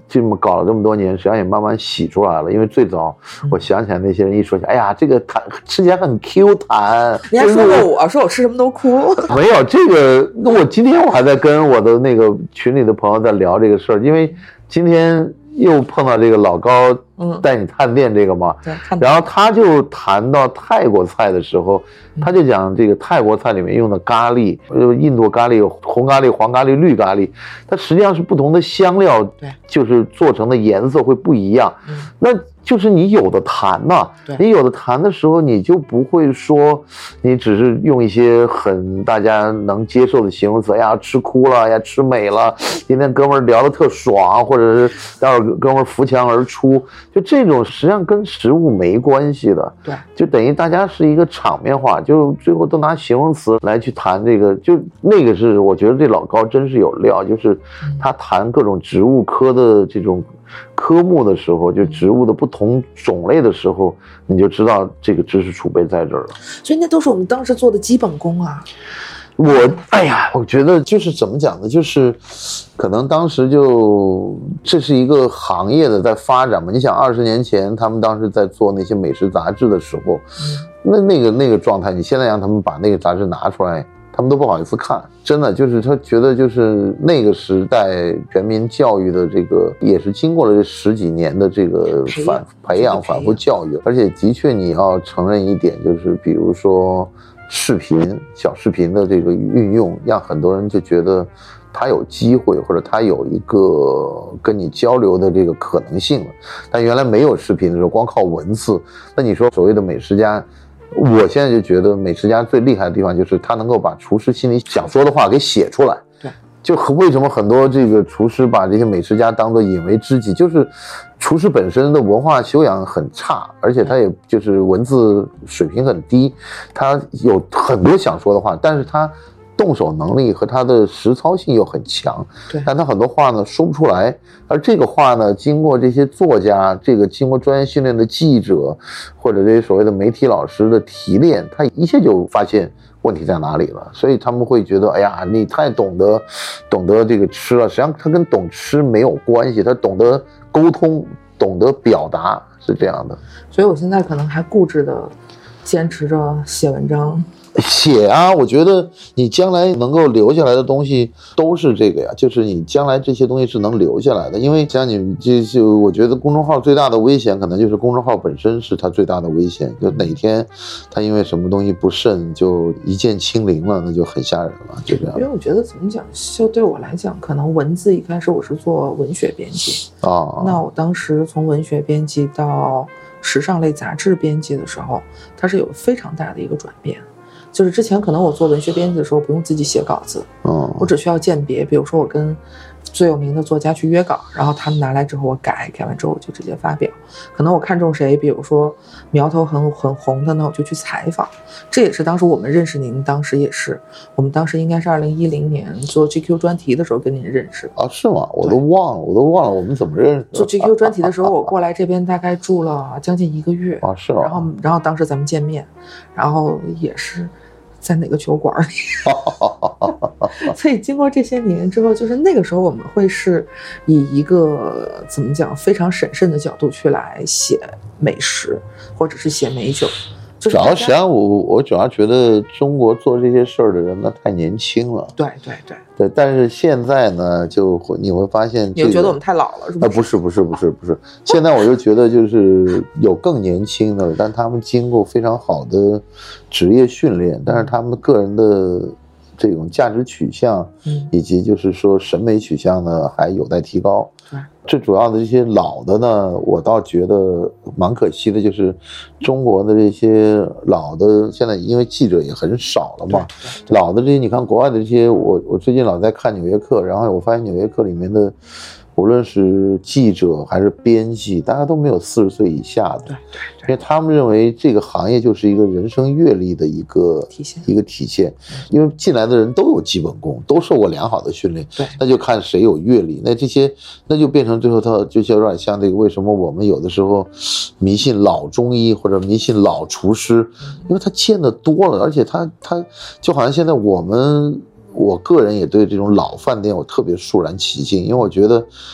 这么搞了这么多年，实际上也慢慢洗出来了。因为最早我想起来那些人一说起，哎呀，这个弹吃起来很 Q 弹。 你还说过我说我吃什么都哭。 没有这个，我今天我还在跟我的那个群里的朋友在聊这个事儿，因为今天又碰到这个老高带你探店这个嘛，然后他就谈到泰国菜的时候，他就讲这个泰国菜里面用的咖喱，印度咖喱有红咖喱、黄咖喱、绿咖喱，它实际上是不同的香料，就是做成的颜色会不一样。那就是你有的谈呐，你有的谈的时候，你就不会说你只是用一些很大家能接受的形容词，哎呀吃哭了呀，吃美了，今天哥们儿聊得特爽，或者是待会儿哥们儿扶墙而出，就这种实际上跟食物没关系的， 对， 就等于大家是一个场面化，就最后都拿形容词来去谈这个，就那个是我觉得这老高真是有料，就是他谈各种植物科的这种科目的时候，就植物的不同种类的时候，你就知道这个知识储备在这儿了。 所以那都是我们当时做的基本功啊。 我觉得就是怎么讲呢，就是可能当时就这是一个行业的在发展嘛。你想20年前他们当时在做那些美食杂志的时候，那个状态，你现在让他们把那个杂志拿出来，他们都不好意思看，真的就是他觉得就是那个时代全民教育的这个也是经过了这10几年的这个培养反复教育，而且的确你要承认一点，就是比如说小视频的这个运用，让很多人就觉得他有机会，或者他有一个跟你交流的这个可能性了。但原来没有视频的时候，光靠文字，那你说所谓的美食家，我现在就觉得美食家最厉害的地方就是他能够把厨师心里想说的话给写出来。 对， 就为什么很多这个厨师把这些美食家当作引为知己，就是厨师本身的文化修养很差，而且他也就是文字水平很低，他有很多想说的话，但是他动手能力和他的实操性又很强，但他很多话呢说不出来，而这个话呢，经过这些作家，经过专业训练的记者，或者这些所谓的媒体老师的提炼，他一下就发现问题在哪里了，所以他们会觉得，哎呀，你太懂得这个吃了，实际上他跟懂吃没有关系，他懂得沟通，懂得表达，是这样的。 所以我现在可能还固执的坚持着写文章。 写啊，我觉得你将来能够留下来的东西都是这个呀，就是你将来这些东西是能留下来的。因为像你就我觉得公众号最大的危险可能就是公众号本身是它最大的危险，就哪天它因为什么东西不慎就一键清零了，那就很吓人了，就这样。 因为我觉得怎么讲，就对我来讲，可能文字一开始我是做文学编辑啊，那我当时从文学编辑到时尚类杂志编辑的时候，它是有非常大的一个转变。就是之前可能我做文学编辑的时候不用自己写稿子，我只需要鉴别，比如说我跟最有名的作家去约稿，然后他们拿来之后我改完之后我就直接发表。可能我看中谁，比如说苗头很红的呢，我就去采访。这也是当时我们认识您，当时也是我们当时应该是2010年做 GQ 专题的时候跟您认识啊？是吗？我都忘了我们怎么认识的。 做 GQ 专题的时候，我过来这边大概住了将近1个月啊，是吗？ 然后当时咱们见面，然后也是在哪个酒馆里所以经过这些年之后，就是那个时候我们会是以一个怎么讲非常审慎的角度去来写美食或者是写美酒。 主要实际上我主要觉得中国做这些事儿的人呢太年轻了。 对， 但是现在呢你会发现你觉得我们太老了是不是？ 不是现在我就觉得就是有更年轻的，但他们经过非常好的职业训练，但是他们个人的这种价值取向以及就是说审美取向呢还有待提高。最主要的这些老的呢，我倒觉得蛮可惜的，就是中国的这些老的，现在因为记者也很少了嘛，老的这些你看国外的这些，我最近老在看《纽约客》，然后我发现《纽约客》里面的无论是记者还是编辑，大家都没有40岁以下的，因为他们认为这个行业就是一个人生阅历的一个体现，因为进来的人都有基本功，都受过良好的训练，那就看谁有阅历，那这些那就变成最后它就有点像这个为什么我们有的时候迷信老中医或者迷信老厨师，因为他见得多了，而且他就好像现在我个人也对这种老饭店我特别肃然起敬，因为我觉得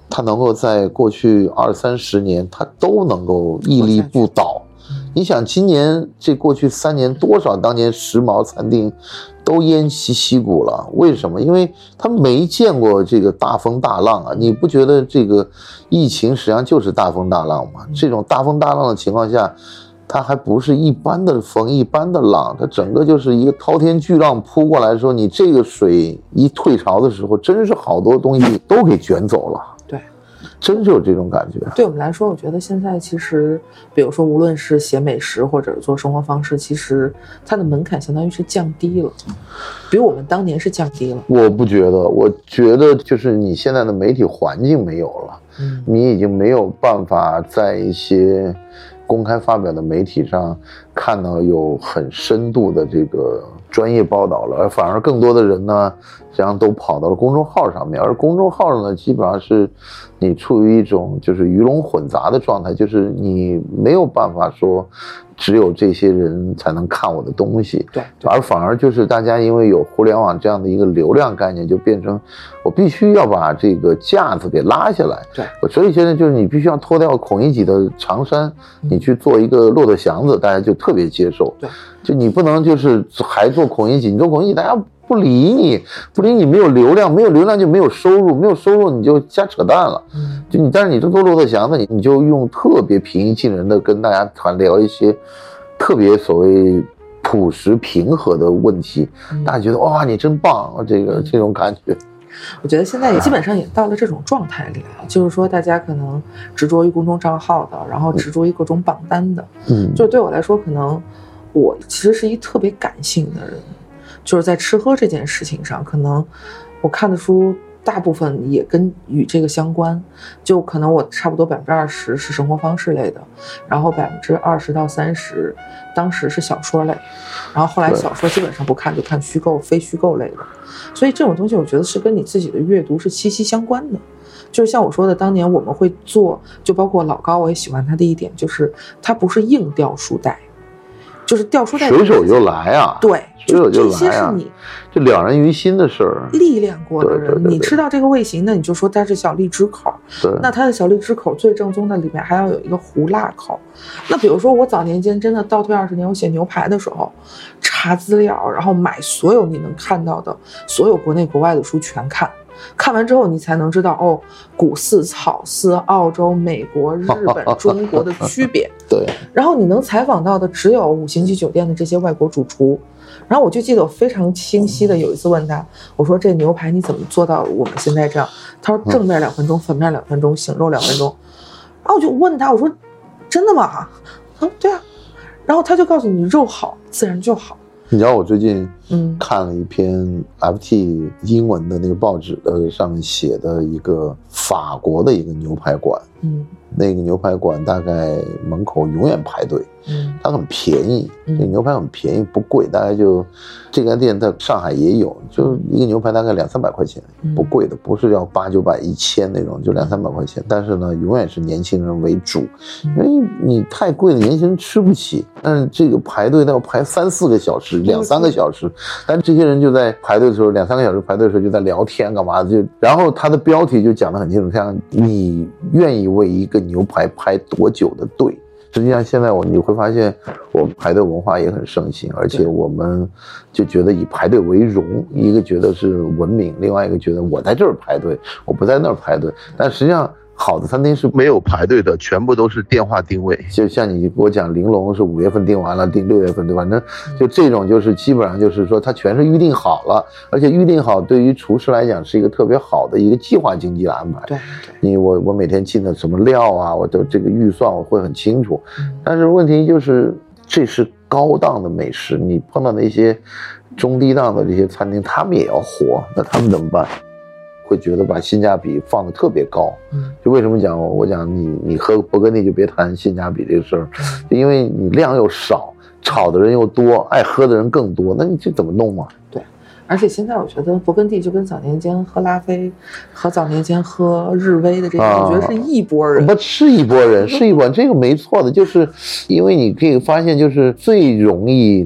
他能够在过去20-30年，他都能够屹立不倒。你想今年这过去3年多少当年时髦餐厅都偃旗息鼓了，为什么？因为他没见过这个大风大浪啊！你不觉得这个疫情实际上就是大风大浪吗？这种大风大浪的情况下，它还不是一般的风一般的浪，它整个就是一个滔天巨浪扑过来的时候，你这个水一退潮的时候，真是好多东西都给卷走了。真是有这种感觉。 对我们来说，我觉得现在其实，比如说无论是写美食或者做生活方式，其实它的门槛相当于是降低了，比我们当年是降低了。 我不觉得，我觉得就是你现在的媒体环境没有了，你已经没有办法在一些公开发表的媒体上看到有很深度的这个专业报道了，而反而更多的人呢，实际上都跑到了公众号上面，而公众号呢，基本上是你处于一种就是鱼龙混杂的状态，就是你没有办法说只有这些人才能看我的东西， 对， 而反而就是大家因为有互联网这样的一个流量概念，就变成我必须要把这个架子给拉下来， 对， 所以现在就是你必须要脱掉孔乙己的长衫，你去做一个骆驼祥子，大家就特别接受， 对， 就你不能就是还做孔乙己，你做孔乙己大家不理你，没有流量，没有流量就没有收入，没有收入你就瞎扯淡了。就你，但是你这做骆驼祥子，你就用特别平易近人的跟大家聊一些特别所谓朴实平和的问题，大家觉得哇你真棒，这种感觉。 我觉得现在也基本上也到了这种状态里了，就是说大家可能执着于公众账号的，然后执着于各种榜单的，就对我来说，可能我其实是一特别感性的人。就是在吃喝这件事情上，可能我看的书大部分也与这个相关，就可能我差不多20%是生活方式类的，然后20%到30%当时是小说类，然后后来小说基本上不看，就看虚构非虚构类的。所以这种东西我觉得是跟你自己的阅读是息息相关的。就是像我说的，当年我们会做，就包括老高，我也喜欢他的一点就是他不是硬掉书袋，就是掉书袋随手就来啊， 对， 随手就来啊， 这些是你就了然于心的事儿， 历练过的人， 对， 你吃到这个味型，那你就说它是小荔枝口，那它的小荔枝口最正宗的里面还要有一个胡辣口。那比如说我早年间真的倒退20年，我写牛排的时候，查资料，然后买所有你能看到的所有国内国外的书全看。看完之后你才能知道哦，古寺、草寺、澳洲、美国、日本、中国的区别。 对， 然后你能采访到的只有5星级酒店的这些外国主厨。然后我就记得我非常清晰的有一次问他，我说这牛排你怎么做到我们现在这样？他说正面2分钟，粉面2分钟，醒肉2分钟。然后我就问他，我说真的吗？对啊。然后他就告诉你，肉好自然就好。 你知道我最近看了一篇 FT 英文的那个报纸的上面写的一个法国的一个牛排馆，那个牛排馆大概门口永远排队，它很便宜，那个牛排很便宜，不贵，大概就这家店在上海也有，就一个牛排大概200-300块钱，不贵的，不是要800-900、1000那种，就200-300块钱。但是呢，永远是年轻人为主，因为你太贵了，年轻人吃不起。但是这个排队都要排3-4个小时，2-3个小时，但这些人就在排队的时候，2-3个小时排队的时候就在聊天干嘛的，然后他的标题就讲得很清楚，像你愿意为一个牛排排多久的队。实际上现在你会发现我们排队文化也很盛行，而且我们就觉得以排队为荣，一个觉得是文明，另外一个觉得我在这儿排队，我不在那儿排队。但实际上好的餐厅是没有排队的，全部都是电话定位。就像你给我讲玲珑是5月份订完了，订6月份，对吧？反正就这种就是基本上就是说它全是预定好了，而且预定好对于厨师来讲是一个特别好的一个计划经济的安排。对，我每天进的什么料啊，我的这个预算我会很清楚。但是问题就是这是高档的美食，你碰到的一些中低档的这些餐厅，他们也要活，那他们怎么办？会觉得把性价比放得特别高，就为什么我讲你喝勃艮第就别谈性价比这个事儿，因为你量又少，炒的人又多，爱喝的人更多，那你这怎么弄嘛？ 对，而且现在我觉得勃艮第就跟早年间喝拉菲和早年间喝日威的这些，我觉得是一拨人， 是一拨人，是一拨人，这个没错的，就是因为你可以发现，就是最容易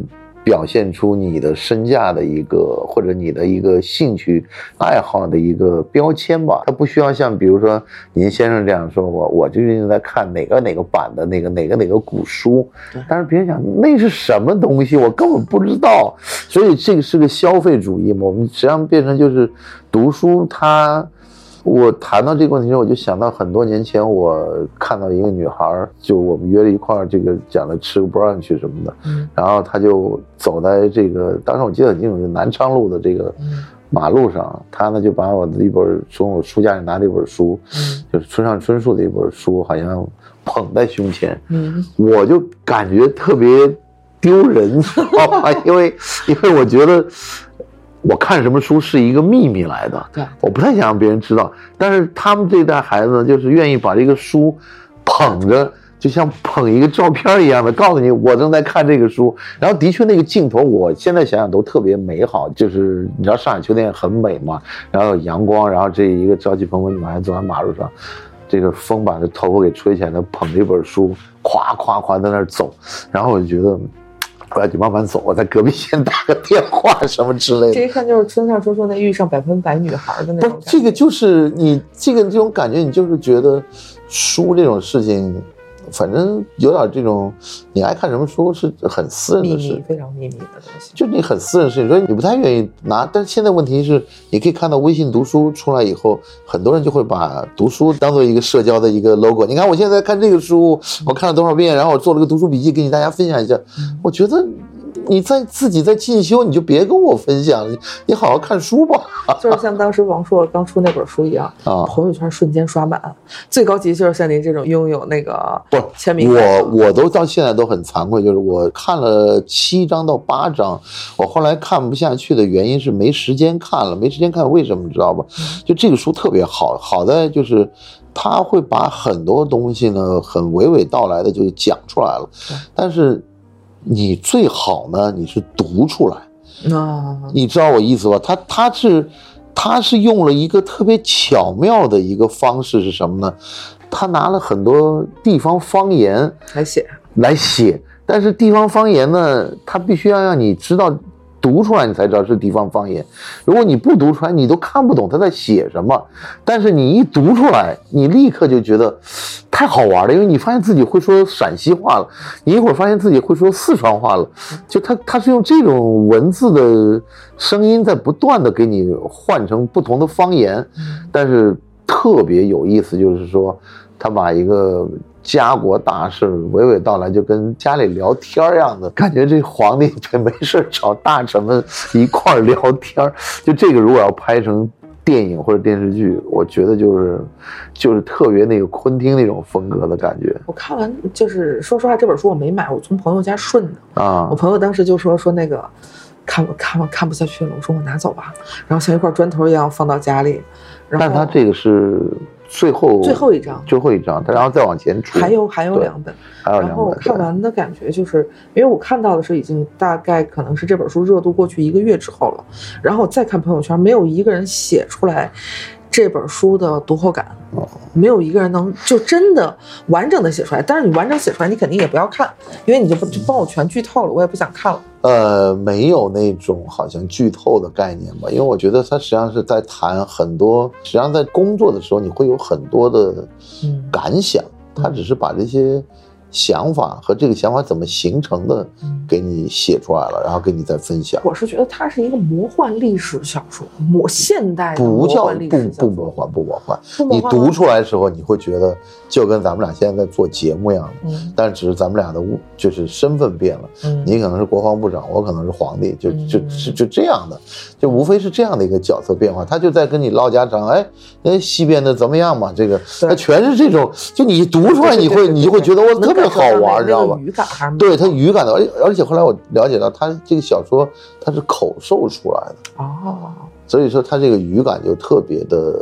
表现出你的身价的一个或者你的一个兴趣爱好的一个标签吧。它不需要像比如说您先生这样说，我最近在看哪个版的哪个古书，但是别人讲那是什么东西，我根本不知道。所以这个是个消费主义嘛，我们实际上变成就是读书我谈到这个问题时，我就想到很多年前我看到一个女孩，就我们约了一块儿，这个讲了吃个 brunch 什么的，然后她就走在这个，当时我记得很清楚，就南昌路的这个马路上，她呢就把我的一本从我书架里拿了一本书，就是村上春树的一本书，好像捧在胸前，我就感觉特别丢人，知道吧？因为我觉得。我看什么书是一个秘密来的，对，我不太想让别人知道。但是他们这代孩子呢，就是愿意把这个书捧着，就像捧一个照片一样的，告诉你我正在看这个书。然后的确那个镜头，我现在想想都特别美好。就是你知道上海秋天很美嘛，然后有阳光，然后这一个朝气蓬勃女孩走在马路上，这个风把这头发给吹起来，她捧着一本书，咵咵咵在那儿走，然后我就觉得。不要紧，慢慢走，我在隔壁先打个电话什么之类的。 这一看就是村上春树那遇上100%女孩的那种感觉。 这个就是你这种感觉，你就是觉得书这种事情，反正有点这种，你爱看什么书是很私人的事， 秘密非常秘密的东西， 就你很私人的事情，所以你不太愿意拿。但是现在问题是，你可以看到微信读书出来以后，很多人就会把读书当做一个社交的一个 logo。你看我现在在看这个书，我看了多少遍，然后我做了个读书笔记，给大家分享一下。我觉得你自己在进修，你就别跟我分享，你好好看书吧。 就是像当时王朔刚出那本书一样，朋友圈瞬间刷满。最高级就是像您这种拥有那个签名。 我都到现在都很惭愧，就是我看了7章到8章，我后来看不下去的原因是没时间看了，没时间看为什么你知道吧？就这个书特别好，好在就是他会把很多东西呢很娓娓道来的就讲出来了，但是你最好呢你是读出来。你知道我意思吧？他是用了一个特别巧妙的一个方式是什么呢？他拿了很多地方方言来写，但是地方方言呢，他必须要让你知道读出来，你才知道是地方方言。如果你不读出来，你都看不懂他在写什么。但是你一读出来，你立刻就觉得太好玩了，因为你发现自己会说陕西话了，你一会儿发现自己会说四川话了。就他是用这种文字的声音在不断的给你换成不同的方言，但是特别有意思，就是说他把一个家国大事娓娓道来，就跟家里聊天一样的感觉。这皇帝没事找大臣们一块聊天，就这个如果要拍成电影或者电视剧，我觉得就是特别那个昆汀那种风格的感觉。 我看完就是说实话，这本书我没买，我从朋友家顺的啊。我朋友当时就说那个看不下去了，我说我拿走吧，然后像一块砖头一样放到家里。 但他这个是最后一章，他然后再往前出， 还有2本，然后我看完的感觉就是，因为我看到的是已经大概可能是这本书热度过去1个月之后了，然后我再看朋友圈，没有一个人写出来这本书的读后感，没有一个人能就真的完整的写出来。但是你完整写出来，你肯定也不要看，因为你就帮我全剧透了，我也不想看了。 没有那种好像剧透的概念吧，因为我觉得他实际上是在谈很多，实际上在工作的时候你会有很多的感想，他只是把这些想法和这个想法怎么形成的给你写出来了，然后给你再分享。 我是觉得它是一个魔幻历史小说，现代的魔幻历史小说。 不魔幻，你读出来的时候你会觉得就跟咱们俩现在在做节目一样的，但只是咱们俩的就是身份变了，你可能是国防部长，我可能是皇帝，就这样的，就无非是这样的一个角色变化。他就在跟你唠家常，西边的怎么样嘛，这个他全是这种，就你读出来你会觉得我特别好玩，知道吧？对，他语感的，而且后来我了解到，他这个小说他是口授出来的所以说他这个语感就特别的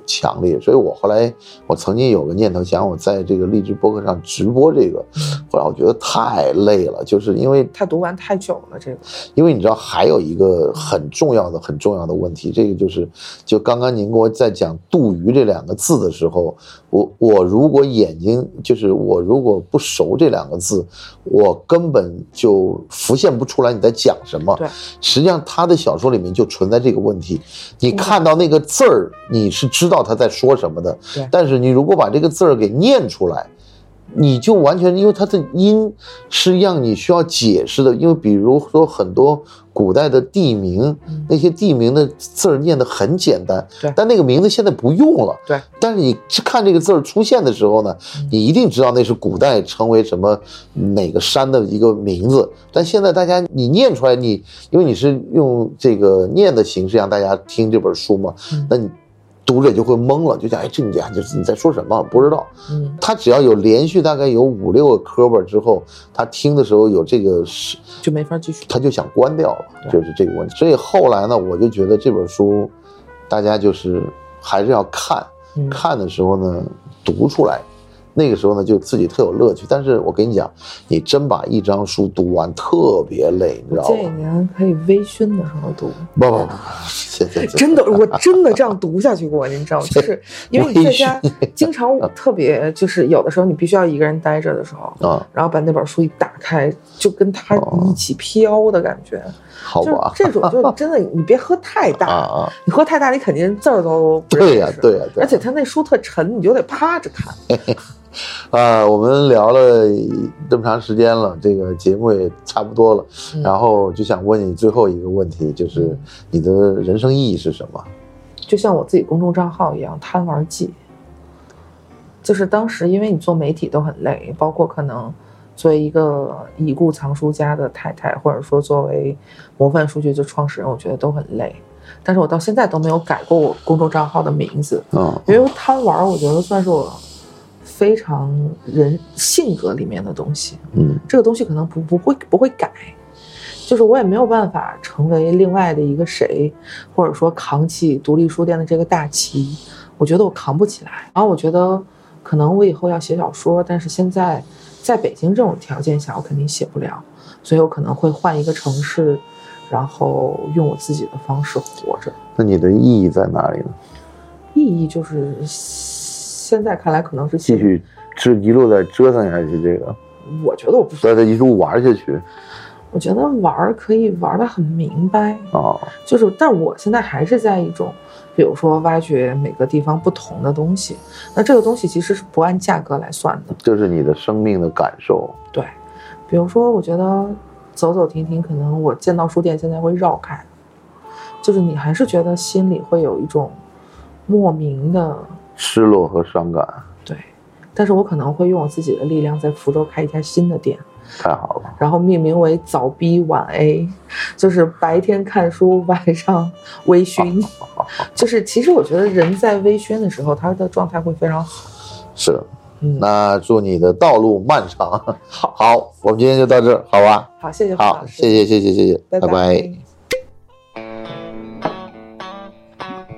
强烈，所以我后来曾经有个念头，想我在这个励志播客上直播这个，后来我觉得太累了，就是因为他读完太久了这个。 因为你知道还有一个很重要的问题，这个就刚刚您给我在讲杜鱼这2个字的时候，我如果眼睛就是我如果不熟这2个字，我根本就浮现不出来你在讲什么。 对， 实际上他的小说里面就存在这个问题，你看到那个字儿，你是知道他在说什么的，但是你如果把这个字儿给念出来，你就完全因为它的音是让你需要解释的，因为比如说很多古代的地名，那些地名的字儿念得很简单，但那个名字现在不用了， 对。 但是你看这个字儿出现的时候呢，你一定知道那是古代成为什么哪个山的一个名字，但现在大家你念出来，因为你是用这个念的形式让大家听这本书嘛，那你读者就会懵了，就讲这你在说什么？不知道。他只要有连续大概有5、6个磕巴之后，他听的时候有这个就没法继续， 他就想关掉了，就是这个问题。所以后来呢，我就觉得这本书，大家就是还是要看，看的时候呢读出来。那个时候呢，就自己特有乐趣。但是我跟你讲，你真把一张书读完，特别累，你知道吗？ 建议您可以微醺的时候读。 不， 真的，我真的这样读下去过，您知道吗？就是因为你在家经常特别，就是有的时候你必须要一个人待着的时候，然后把那本书一打开，就跟他一起飘的感觉。 好吧， 这种就真的，你别喝太大，你喝太大，你肯定字儿都不认识。对呀， 而且他那书特沉，你就得趴着看。 我们聊了这么长时间了，这个节目也差不多了，然后就想问你最后一个问题，就是你的人生意义是什么？ 就像我自己公众账号一样，贪玩记。就是当时因为你做媒体都很累，包括可能作为一个已故藏书家的太太，或者说作为模范数据的创始人，我觉得都很累。但是我到现在都没有改过我公众账号的名字，因为贪玩我觉得算是我非常人性格里面的东西，这个东西可能不会改，就是我也没有办法成为另外的一个谁，或者说扛起独立书店的这个大旗，我觉得我扛不起来。然后我觉得可能我以后要写小说，但是现在在北京这种条件下，我肯定写不了，所以我可能会换一个城市，然后用我自己的方式活着。 那你的意义在哪里呢？ 意义就是现在看来可能是继续一路在折腾下去，这个我觉得我不再一路玩下去。 我觉得玩可以玩得很明白就是，但我现在还是在一种，比如说挖掘每个地方不同的东西，那这个东西其实是不按价格来算的， 这是你的生命的感受。 对，比如说我觉得走走停停，可能我见到书店现在会绕开，就是你还是觉得心里会有一种莫名的失落和伤感。 对，但是我可能会用我自己的力量在福州开一家新的店。 太好了， 然后命名为早 B 晚 A， 就是白天看书，晚上微醺。就是其实我觉得人在微醺的时候，他的状态会非常好。 是，那祝你的道路漫长。好，我们今天就到这儿，好吧？ 好，谢谢。 好，谢谢，拜拜。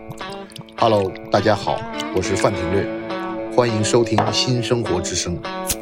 Hello， 大家好，我是范廷略，欢迎收听新生活之声。